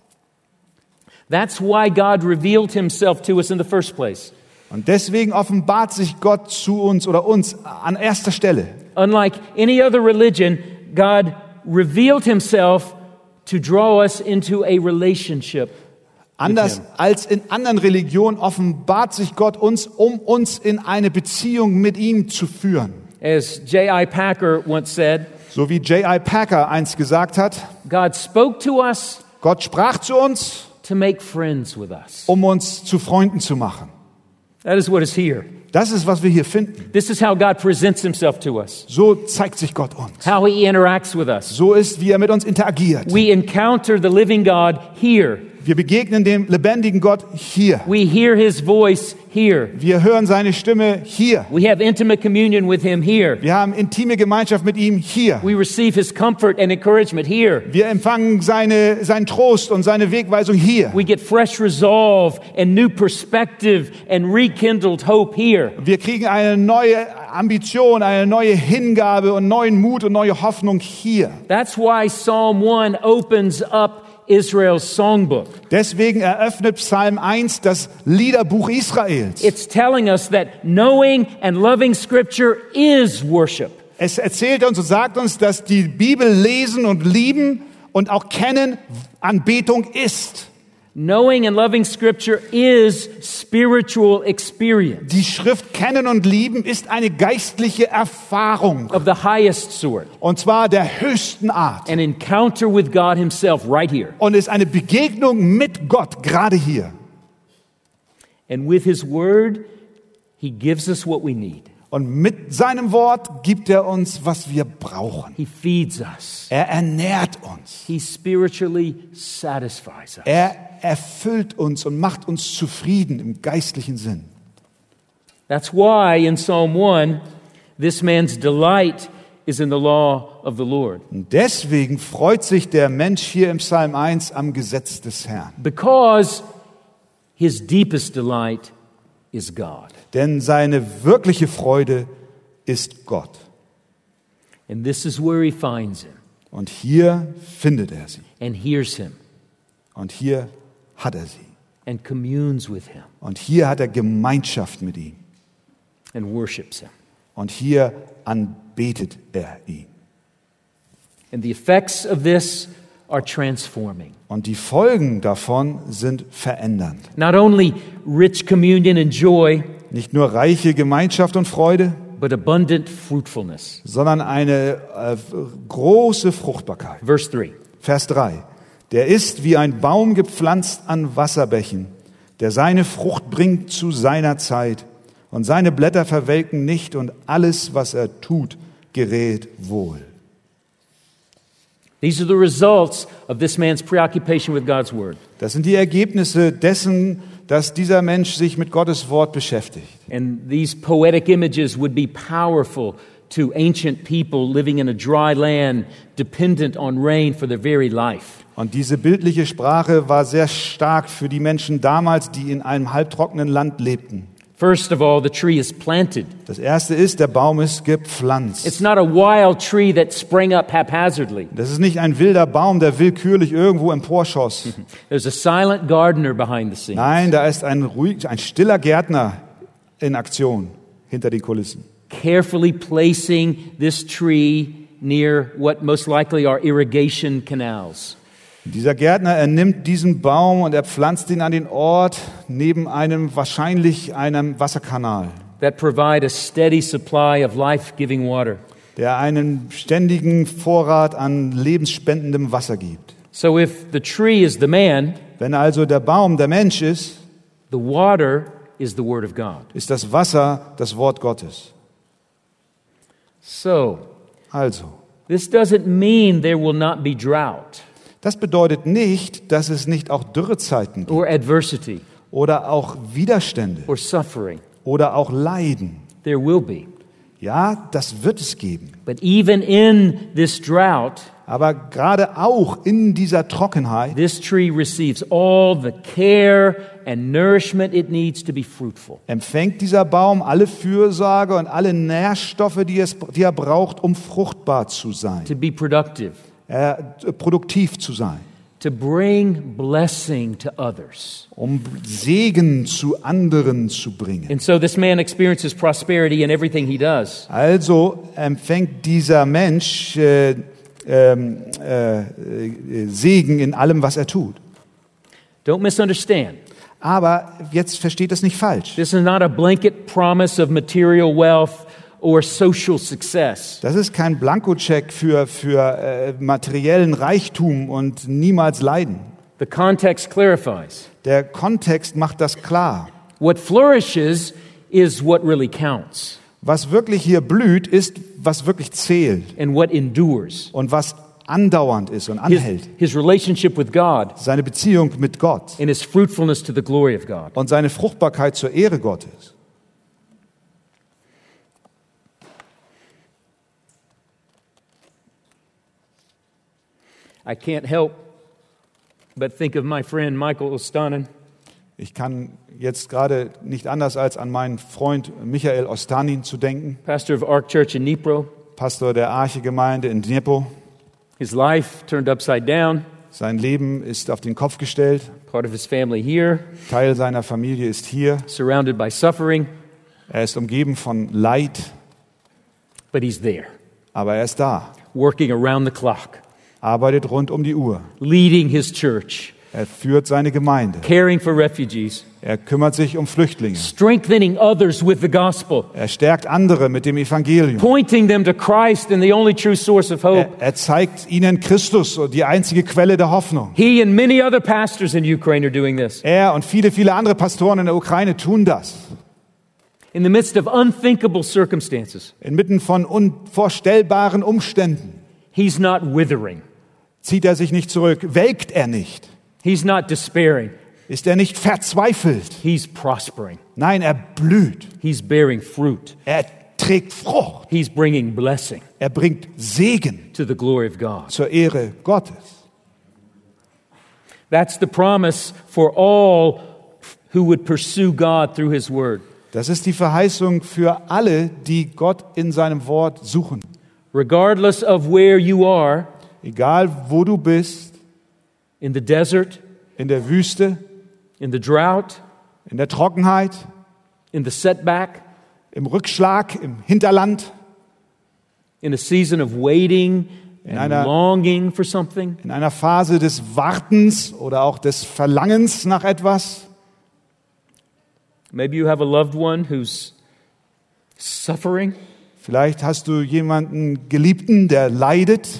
That's why God revealed Himself to us in the first place. Und deswegen offenbart sich Gott zu uns oder uns an erster Stelle. Unlike any other religion, God revealed Himself to draw us into a relationship. Anders als in anderen Religionen offenbart sich Gott uns, um uns in eine Beziehung mit ihm zu führen. As J.I. Packer once said, So wie J.I. Packer einst gesagt hat, God spoke to us Gott sprach zu uns, to make friends with us. um uns zu Freunden zu machen. That is what is here. Das ist, was wir hier finden. This is how God presents Himself to us, So zeigt sich Gott uns. how He interacts with us. So ist, wie er mit uns interagiert. We encounter the living God here. Wir begegnen dem lebendigen Gott hier. We hear His voice here. Wir hören seine Stimme hier. We have intimate communion with Him here. Wir haben intime Gemeinschaft mit ihm hier. We receive His comfort and encouragement here. Wir empfangen seinen Trost und seine Wegweisung hier. We get fresh resolve and new perspective and rekindled hope here. Wir kriegen eine neue Ambition, eine neue Hingabe und neuen Mut und neue Hoffnung hier. That's why Psalm 1 opens up Israel's songbook. Deswegen eröffnet Psalm 1 das Liederbuch Israels. It's telling us that knowing and loving Scripture is worship. Es erzählt uns und sagt uns, dass die Bibel lesen und lieben und auch kennen Anbetung ist. Knowing and loving Scripture is spiritual experience Die Schrift kennen und lieben ist eine geistliche Erfahrung. of the highest sort. Und zwar der höchsten Art. An encounter with God Himself right here. Und ist eine Begegnung mit Gott, gerade hier. And with His Word, He gives us what we need. Und mit seinem Wort gibt er uns, was wir brauchen. He feeds us. Er ernährt uns. He spiritually satisfies us. Er erfüllt uns und macht uns zufrieden im geistlichen Sinn. That's why in Psalm 1, this man's delight is in the law of the Lord. Und deswegen freut sich der Mensch hier im Psalm 1 am Gesetz des Herrn. Because his deepest delight is God. Denn seine wirkliche Freude ist Gott. And this is where he finds him Und hier findet er sie. and hears him Und hier hat er sie. and communes with him Und hier hat er Gemeinschaft mit ihm. and worships him. Und hier anbetet er ihn. And the effects of this are transforming. Und die Folgen davon sind verändernd. Not only rich communion and joy, Nicht nur reiche Gemeinschaft und Freude, but abundant fruitfulness. sondern eine große Fruchtbarkeit. Verse 3. Vers 3. Der ist wie ein Baum gepflanzt an Wasserbächen, der seine Frucht bringt zu seiner Zeit, und seine Blätter verwelken nicht, und alles, was er tut, gerät wohl. These are the results of this man's preoccupation with God's word. Das sind die Ergebnisse dessen, dass dieser Mensch sich mit Gottes Wort beschäftigt. And these poetic images would be powerful to ancient people living in a dry land, dependent on rain for their very life. Und diese bildliche Sprache war sehr stark für die Menschen damals, die in einem halbtrockenen Land lebten. First of all, the tree is planted. Das erste ist, der Baum ist gepflanzt. It's not a wild tree that sprang up haphazardly. Das ist nicht ein wilder Baum, der willkürlich irgendwo emporschoss. There's a silent gardener behind the scenes, Nein, da ist ein stiller Gärtner in Aktion hinter den Kulissen. carefully placing this tree near what most likely are irrigation canals. Dieser Gärtner, er nimmt diesen Baum und er pflanzt ihn an den Ort neben wahrscheinlich einem Wasserkanal, That provide a steady supply of life-giving water. der einen ständigen Vorrat an lebensspendendem Wasser gibt. So if the tree is the man, Wenn also der Baum der Mensch ist, the water is the word of God. ist das Wasser das Wort Gottes. So, Also, this doesn't mean there will not be drought das bedeutet nicht, dass es nicht auch Dürrezeiten gibt or adversity oder auch Widerstände or suffering. oder auch Leiden. There will be. Ja, das wird es geben. But even in this drought, Aber gerade auch in dieser Trockenheit this tree receives all the care and nourishment it needs to be fruitful. empfängt dieser Baum alle Fürsorge und alle Nährstoffe, die er braucht, um fruchtbar zu sein, To be productive, produktiv zu sein, to bring blessing to others. um Segen zu anderen zu bringen. And so this man experiences prosperity in everything he does. Also empfängt dieser Mensch Segen in allem, was er tut. Don't misunderstand. Aber jetzt versteht das nicht falsch. This is not a blanket promise of material wealth or social success. Das ist kein Blankocheck für materiellen Reichtum und niemals Leiden. The context clarifies. Der Kontext macht das klar. What flourishes is what really counts Was wirklich hier blüht, ist, was wirklich zählt and what endures. und was andauernd ist und anhält. His relationship with God Seine Beziehung mit Gott and his fruitfulness to the glory of God. und seine Fruchtbarkeit zur Ehre Gottes. I can't help but think of my friend Michael Ostanen. Ich kann jetzt gerade nicht anders als an meinen Freund Michael Ostanin zu denken, Pastor of Ark Church in Dnipro. Pastor der Arche-Gemeinde in Dnipro. His life turned upside down. Sein Leben ist auf den Kopf gestellt. Part of his family here, Teil seiner Familie ist hier. surrounded by suffering, Er ist umgeben von Leid, but he's there, aber er ist da. working around the clock, Arbeitet rund um die Uhr. leading his church, Er führt seine Gemeinde. caring for refugees, Er kümmert sich um Flüchtlinge. strengthening others with the gospel, Er stärkt andere mit dem Evangelium. pointing them to Christ and the only true source of hope. Er zeigt ihnen Christus, die einzige Quelle der Hoffnung. He and many other pastors in Ukraine are doing this. Er und viele, viele andere Pastoren in der Ukraine tun das. In the midst of unthinkable circumstances, Inmitten von unvorstellbaren Umständen he's not withering. zieht er sich nicht zurück, welkt er nicht, He's not despairing. ist er nicht verzweifelt. He's prospering. Nein, er blüht. He's bearing fruit. Er trägt Frucht. He's bringing blessing Er bringt Segen to the glory of God. zur Ehre Gottes. That's the promise for all who would pursue God through His Word. Das ist die Verheißung für alle, die Gott in seinem Wort suchen. Regardless of where you are, Egal wo du bist, in the desert, in der Wüste, in the drought, in der Trockenheit, in the setback, im Rückschlag, im Hinterland, in a season of waiting and einer- longing for something, in einer Phase des Wartens oder auch des Verlangens nach etwas. maybe you have a loved one who's suffering. Vielleicht hast du jemanden Geliebten, der leidet.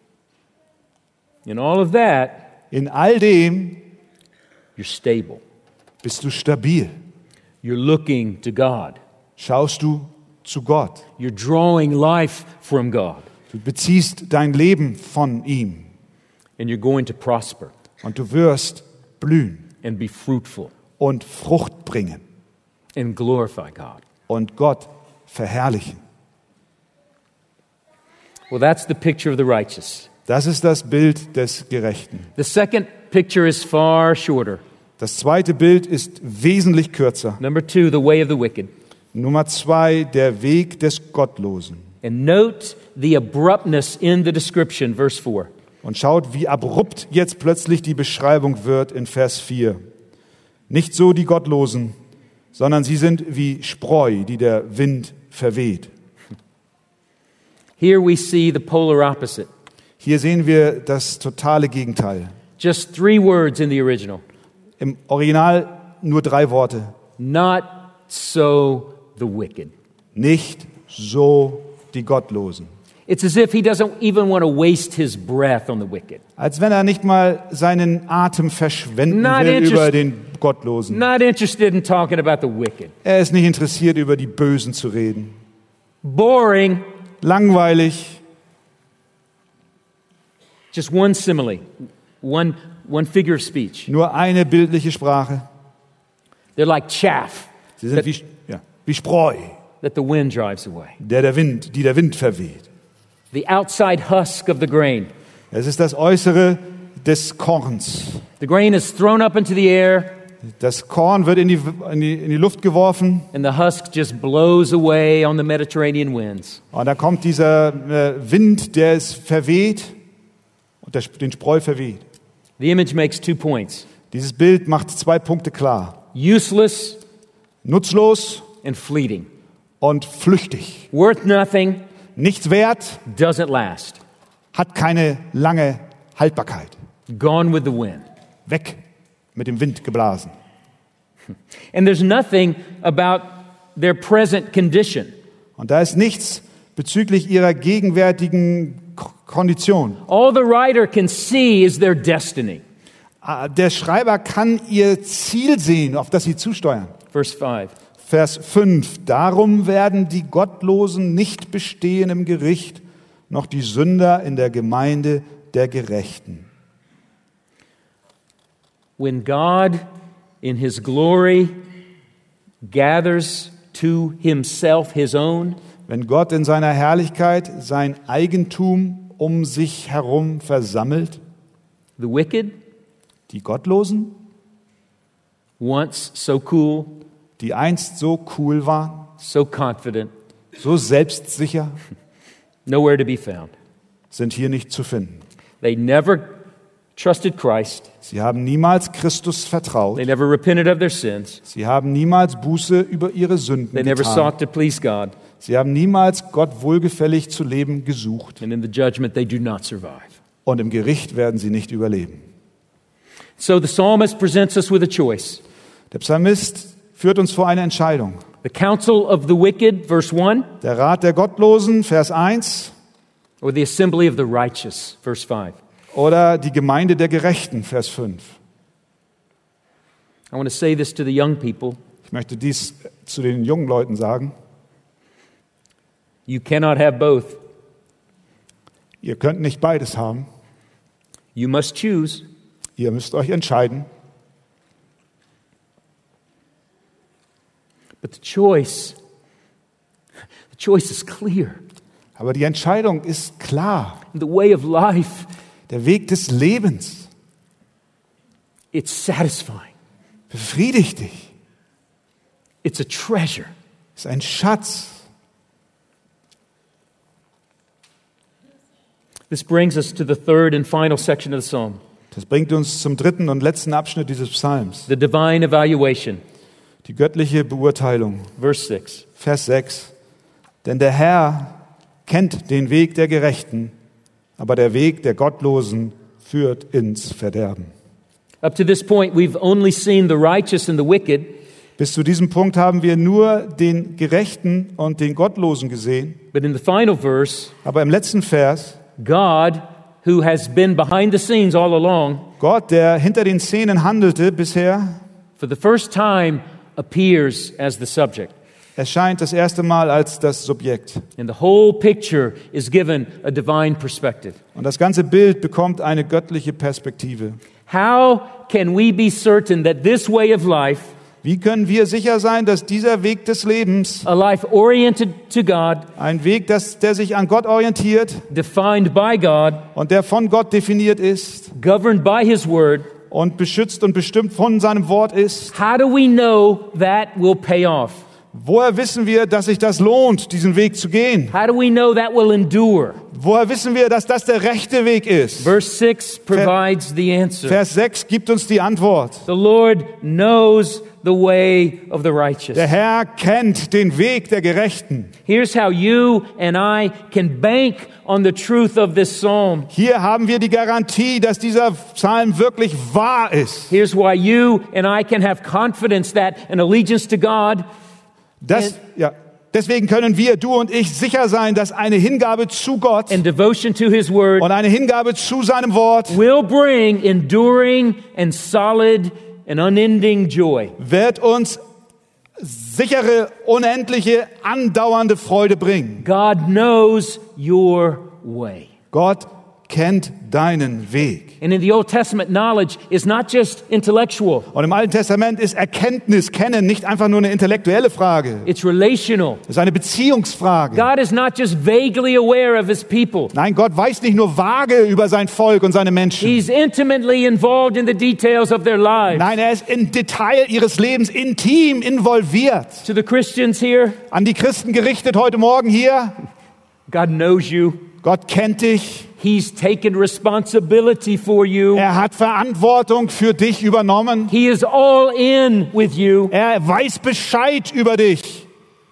In all of that, In all dem you're stable. bist du stabil. You're looking to God. Schaust du zu Gott. You're drawing life from God. Du beziehst dein Leben von ihm And you're going to prosper und du wirst blühen and be fruitful und Frucht bringen and glorify God. und Gott verherrlichen. Well, that's the picture of the righteous. Das ist das Bild des Gerechten. The second picture is far shorter. Das zweite Bild ist wesentlich kürzer. Number 2, the way of the wicked. Nummer 2, der Weg des Gottlosen. And note the abruptness in the description, verse 4. Und schaut, wie abrupt jetzt plötzlich die Beschreibung wird in Vers 4. Nicht so die Gottlosen, sondern sie sind wie Spreu, die der Wind verweht. Here we see the polar opposite. Hier sehen wir das totale Gegenteil. Just 3 words in the original. Im Original nur 3 Worte. Not so the wicked. Nicht so die Gottlosen. It's as if he doesn't even want to waste his breath on the wicked. Als wenn er nicht mal seinen Atem verschwenden Not will interest- über den Gottlosen. Not interested in talking about the wicked. Er ist nicht interessiert, über die Bösen zu reden. Boring. Langweilig. Just one simile, one figure of speech. Nur eine bildliche Sprache. They're like chaff Sie sind wie Spreu, that the wind drives away. die der Wind verweht. The outside husk of the grain. Es ist das Äußere des Korns. The grain is thrown up into the air, Das Korn wird in die Luft geworfen and the husk just blows away on the Mediterranean winds. und da kommt dieser Wind, der es verweht und den Spreu verweht. The image makes 2 points. Dieses Bild macht 2 Punkte klar. Useless Nutzlos and fleeting. und flüchtig. Worth nothing, Nichts wert, doesn't last. hat keine lange Haltbarkeit. Gone with the wind. Weg mit dem Wind geblasen. And there's nothing about their present condition. Und da ist nichts bezüglich ihrer gegenwärtigen Kondition. All the writer can see is their destiny. Der Schreiber kann ihr Ziel sehen, auf das sie zusteuern. Verse 5. Vers 5. Darum werden die Gottlosen nicht bestehen im Gericht, noch die Sünder in der Gemeinde der Gerechten. When God in His glory gathers to Himself His own, Wenn Gott in seiner Herrlichkeit sein Eigentum um sich herum versammelt, the wicked, die Gottlosen, once so cool, die einst so cool waren, so confident, so selbstsicher, nowhere to be found. sind hier nicht zu finden. They never trusted Christ. Sie haben niemals Christus vertraut. They never repented of their sins. Sie haben niemals Buße über ihre Sünden They never getan. sought to please God. Sie haben niemals Gott wohlgefällig zu leben gesucht. And in the judgment, they do not survive. Und im Gericht werden sie nicht überleben. So the psalmist presents us with a choice. Der Psalmist führt uns vor eine Entscheidung. The counsel of the wicked, verse 1, Der Rat der Gottlosen, Vers 1, or the assembly of the righteous, verse 5. oder die Gemeinde der Gerechten, Vers 5. I want to say this to the young people. Ich möchte dies zu den jungen Leuten sagen. You cannot have both. Ihr könnt nicht beides haben. You must choose. Ihr müsst euch entscheiden. But the choice The choice is clear. Aber die Entscheidung ist klar. The way of life, Der Weg des Lebens it's satisfying. befriedigt dich. It's a treasure. Ist ein Schatz. This brings us to the third and final section of the psalm, Das bringt uns zum dritten und letzten Abschnitt dieses Psalms. the divine evaluation. Die göttliche Beurteilung. Verse 6. Vers 6. Denn der Herr kennt den Weg der Gerechten, aber der Weg der Gottlosen führt ins Verderben. Up to this point, we've only seen the righteous and the wicked, Bis zu diesem Punkt haben wir nur den Gerechten und den Gottlosen gesehen. but in the final verse, Aber im letzten Vers, God, who has been behind the scenes all along, Gott, der hinter den Szenen handelte bisher, for the first time appears as the subject. erscheint das erste Mal als das Subjekt. And the whole picture is given a divine perspective. Und das ganze Bild bekommt eine göttliche Perspektive. How can we be certain that this way of life, Wie können wir sicher sein, dass dieser Weg des Lebens, a life oriented to God, ein Weg, der sich an Gott orientiert defined by God, und der von Gott definiert ist governed by His Word, und beschützt und bestimmt von seinem Wort ist, how do we know that will pay off? woher wissen wir, dass sich das lohnt, diesen Weg zu gehen? How do we know that will endure? Woher wissen wir, dass das der rechte Weg ist? Verse 6 provides the answer. Vers 6 gibt uns die Antwort. The Lord knows the way of the righteous. Der Herr kennt den Weg der Gerechten. Here's how you and I can bank on the truth of this psalm. Hier haben wir die Garantie, dass dieser Psalm wirklich wahr ist. Here's why you and I can have confidence that an allegiance to God Deswegen können wir, du und ich, sicher sein, dass eine Hingabe zu Gott and devotion to His Word und eine Hingabe zu seinem Wort will bring enduring and solid and unending joy. wird uns sichere, unendliche, andauernde Freude bringen. God knows your way. Gott kennt deinen Weg. And in the Old Testament, knowledge is not just intellectual. Und im Alten Testament ist Erkenntnis, Kennen nicht einfach nur eine intellektuelle Frage. It's relational. Es ist eine Beziehungsfrage. God is not just vaguely aware of His people. Nein, Gott weiß nicht nur vage über sein Volk und seine Menschen. He's intimately involved in the details of their lives. Nein, er ist im Detail ihres Lebens intim involviert. To the Christians here, An die Christen gerichtet heute Morgen hier. God knows you. Gott kennt dich. He's taken responsibility for you. Er hat Verantwortung für dich übernommen. He is all in with you. Er weiß Bescheid über dich.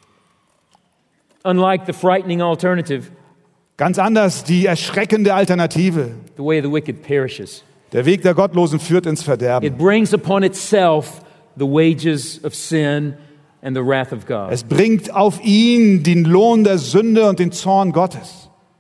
Unlike the frightening alternative, Ganz anders die erschreckende Alternative. the way of the wicked perishes. Der Weg der Gottlosen führt ins Verderben. It brings upon itself the wages of sin and the wrath of God. Es bringt auf ihn den Lohn der Sünde und den Zorn Gottes.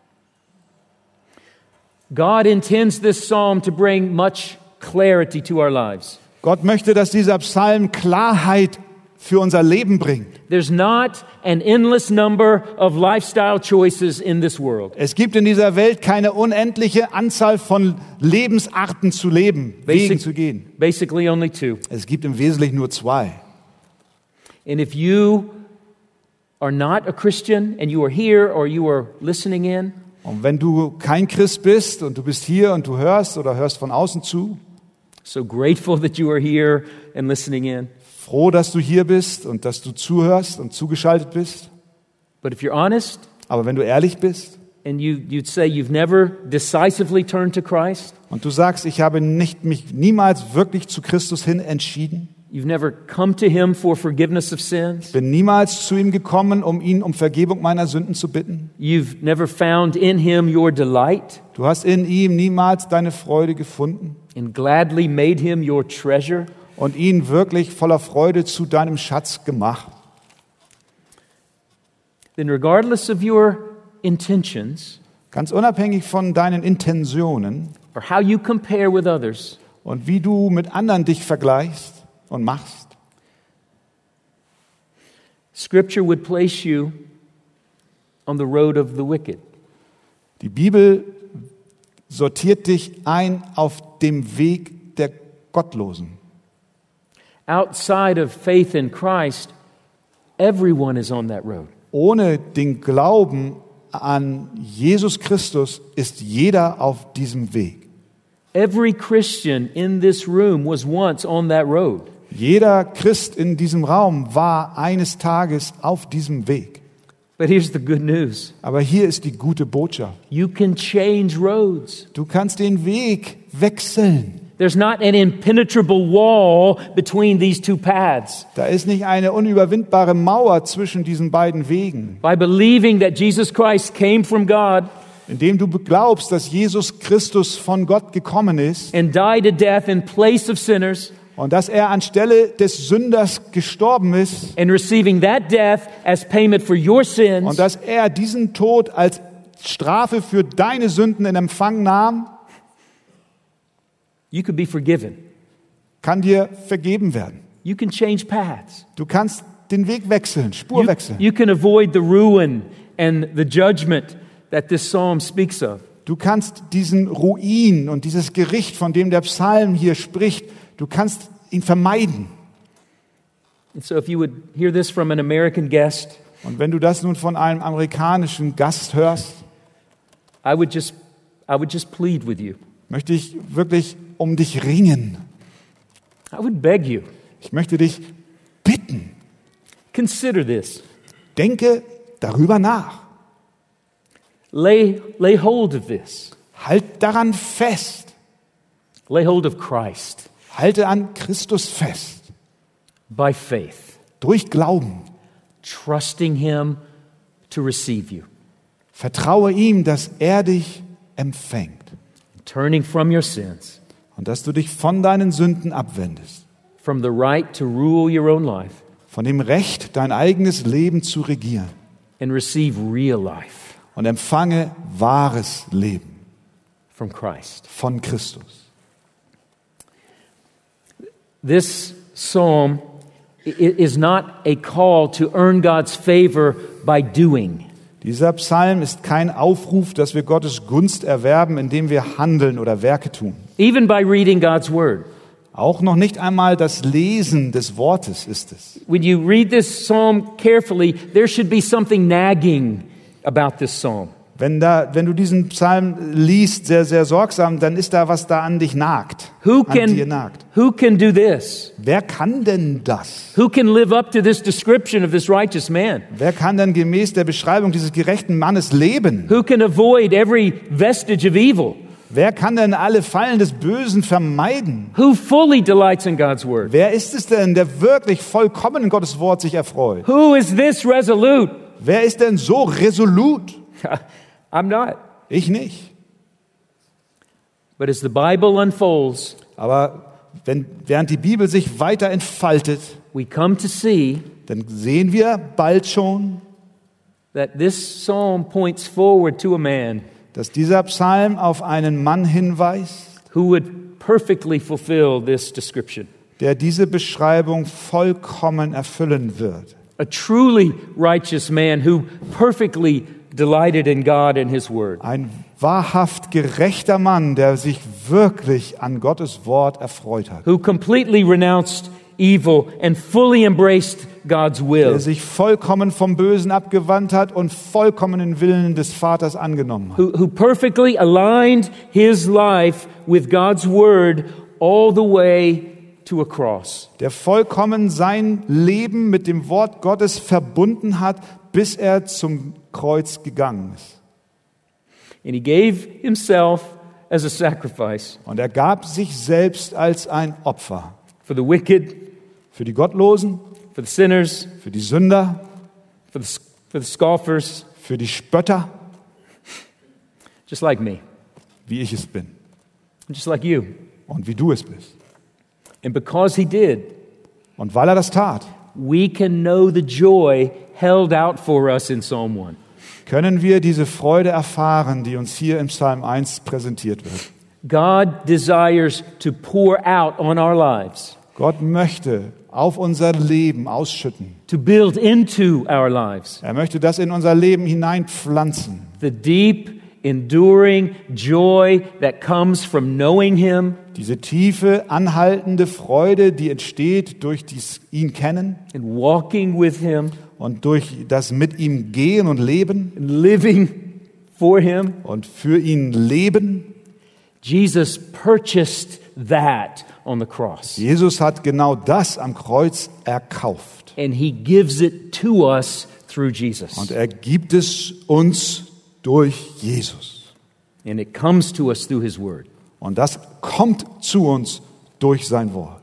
God intends this psalm to bring much clarity to our lives. Gott möchte, dass dieser Psalm Klarheit für unser Leben bringt. There's not an endless number of lifestyle choices in this world. Es gibt in dieser Welt keine unendliche Anzahl von Lebensarten zu leben, Wegen zu gehen. Basically only two. Es gibt im Wesentlichen nur zwei. And if you are not a Christian and you are here or you are listening in, Und wenn du kein Christ bist und du bist hier und du hörst oder hörst von außen zu, so grateful that you are here and listening in. froh, dass du hier bist und dass du zuhörst und zugeschaltet bist. But if you're honest Aber wenn du ehrlich bist and you'd say you've never decisively turned to Christ, und du sagst, ich habe mich niemals wirklich zu Christus hin entschieden, you've never come to Him for forgiveness of sins, bin niemals zu ihm gekommen, um ihn um Vergebung meiner Sünden zu bitten. you've never found in Him your delight Du hast in ihm niemals deine Freude gefunden and gladly made Him your treasure, und ihn wirklich voller Freude zu deinem Schatz gemacht. then regardless of your intentions Ganz unabhängig von deinen Intentionen or how you compare with others, und wie du mit anderen dich vergleichst und machst, Scripture would place you on the road of the wicked. die Bibel sortiert dich ein auf dem Weg der Gottlosen. Outside of faith in Christ, everyone is on that road. Ohne den Glauben an Jesus Christus ist jeder auf diesem Weg. Every Christian in this room was once on that road. Jeder Christ in diesem Raum war eines Tages auf diesem Weg. But here's the good news. Aber hier ist die gute Botschaft. You can change roads. Du kannst den Weg wechseln. There's not an impenetrable wall between these two paths. Da ist nicht eine unüberwindbare Mauer zwischen diesen beiden Wegen. By believing that Jesus Christ came from God Indem du glaubst, dass Jesus Christus von Gott gekommen ist and died a death in place of sinners, und dass er anstelle des Sünders gestorben ist and receiving that death as payment for your sins, und dass er diesen Tod als Strafe für deine Sünden in Empfang nahm, you could be forgiven. kann dir vergeben werden. You can change paths. Du kannst den Weg wechseln, Spur wechseln. You can avoid the ruin and the judgment that this psalm speaks of. Du kannst diesen Ruin und dieses Gericht, von dem der Psalm hier spricht, du kannst ihn vermeiden. And so if you would hear this from an American guest, Und wenn du das nun von einem amerikanischen Gast hörst, I would just plead with you. möchte ich wirklich um dich ringen. I would beg you. Ich möchte dich bitten, Consider this. denke darüber nach. Lay hold of this. Halt daran fest. Lay hold of Christ Halte an Christus fest. by faith, Durch Glauben. trusting Him to receive you, Vertraue ihm, dass er dich empfängt turning from your sins, und dass du dich von deinen Sünden abwendest. from the right to rule your own life, Von dem Recht, dein eigenes Leben zu regieren. and receive real life Und empfange wahres Leben from Christ. von Christus. This psalm is not a call to earn God's favor by doing. Dieser Psalm ist kein Aufruf, dass wir Gottes Gunst erwerben, indem wir handeln oder Werke tun. Even by reading God's word. Auch noch nicht einmal das Lesen des Wortes ist es. When you read this psalm carefully, there should be something nagging about this psalm. Wenn du diesen Psalm liest, sehr, sehr sorgsam, dann ist da was da an dich nagt. Who An dir nagt. can do this? Wer kann denn das? Who can live up to this description of this righteous man? Wer kann denn gemäß der Beschreibung dieses gerechten Mannes leben? Who can avoid every vestige of evil? Wer kann denn alle Fallen des Bösen vermeiden? Who fully delights in God's word? Wer ist es denn, der wirklich vollkommen in Gottes Wort sich erfreut? Who is this resolute? Wer ist denn so resolut? I'm not. Ich nicht. But as the Bible unfolds, Aber während die Bibel sich weiter entfaltet, we come to see dann sehen wir bald schon, that this psalm points forward to a man dass dieser Psalm auf einen Mann hinweist, who would perfectly fulfill this description. der diese Beschreibung vollkommen erfüllen wird. A truly righteous man who perfectly delighted in God and His Word. Ein wahrhaft gerechter Mann, der sich wirklich an Gottes Wort erfreut hat. Who completely renounced evil and fully embraced God's will. Der sich vollkommen vom Bösen abgewandt hat und vollkommen den Willen des Vaters angenommen hat. Who perfectly aligned his life with God's Word all the way to a cross. Der vollkommen sein Leben mit dem Wort Gottes verbunden hat, bis er zum Kreuz gegangen ist. And He gave Himself as a sacrifice Und er gab sich selbst als ein Opfer. for the wicked, Für die Gottlosen, for the sinners, für die Sünder, for the scoffers, für die Spötter, just like me, wie ich es bin just like you. und wie du es bist. And because He did, Und weil er das tat, we can know the joy held out for us in Psalm 1. können wir diese Freude erfahren, die uns hier im Psalm 1 präsentiert wird. God desires to pour out on our lives, Gott möchte auf unser Leben ausschütten. to build into our lives Er möchte das in unser Leben hineinpflanzen. the deep enduring joy that comes from knowing Him Diese tiefe, anhaltende Freude, die entsteht durch ihn kennen and walking with Him und durch das mit ihm gehen und leben and living for Him. und für ihn leben. Jesus purchased that on the cross. Jesus hat genau das am Kreuz erkauft. And He gives it to us through Jesus. Und er gibt es uns durch Jesus. And it comes to us through His Word. Und das kommt zu uns durch sein Wort.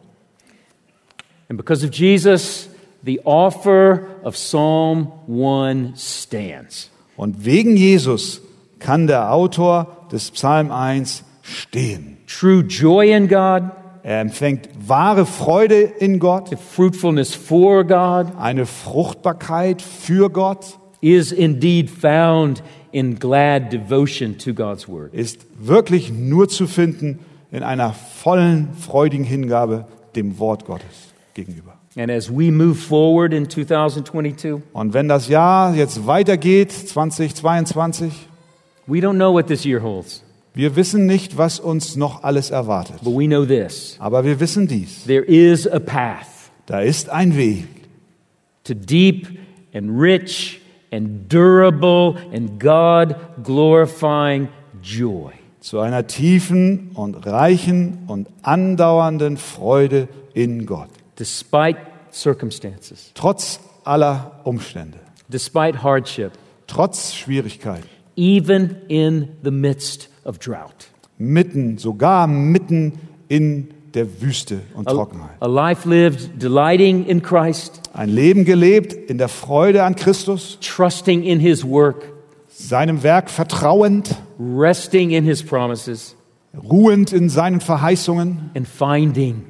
And because of Jesus, the offer of Psalm 1 stands. Und wegen Jesus kann der Autor des Psalm 1 stehen. True joy in God, Er empfängt wahre Freude in Gott, fruitfulness for God, eine Fruchtbarkeit für Gott, is indeed found in glad devotion to God's Word. ist wirklich nur zu finden in einer vollen, freudigen Hingabe dem Wort Gottes gegenüber. And as we move forward in 2022, Und wenn das Jahr jetzt weitergeht, 2022, we don't know what this year holds, wir wissen nicht, was uns noch alles erwartet. but we know this. Aber wir wissen dies. There is a path Da ist ein Weg to deep and rich and durable and God-glorifying joy. zu einer tiefen und reichen und andauernden Freude in Gott. Despite circumstances, Trotz aller Umstände, despite hardship, trotz Schwierigkeiten, even in the midst of drought. sogar mitten in der Wüste und Trockenheit. A life lived delighting in Christ, Ein Leben gelebt in der Freude an Christus, trusting in His work, seinem Werk vertrauend, resting in His promises, ruhend in seinen Verheißungen and finding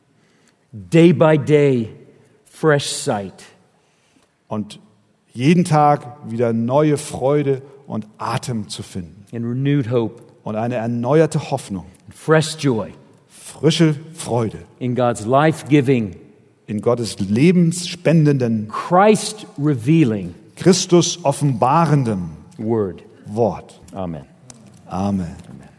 day by day fresh sight. und jeden Tag wieder neue Freude und Atem zu finden And renewed hope, und eine erneuerte Hoffnung, and fresh joy frische Freude in God's life-giving, in Gottes lebensspendenden, Christ-revealing Christus offenbarendem Word. Wort. Amen. Amen. Amen.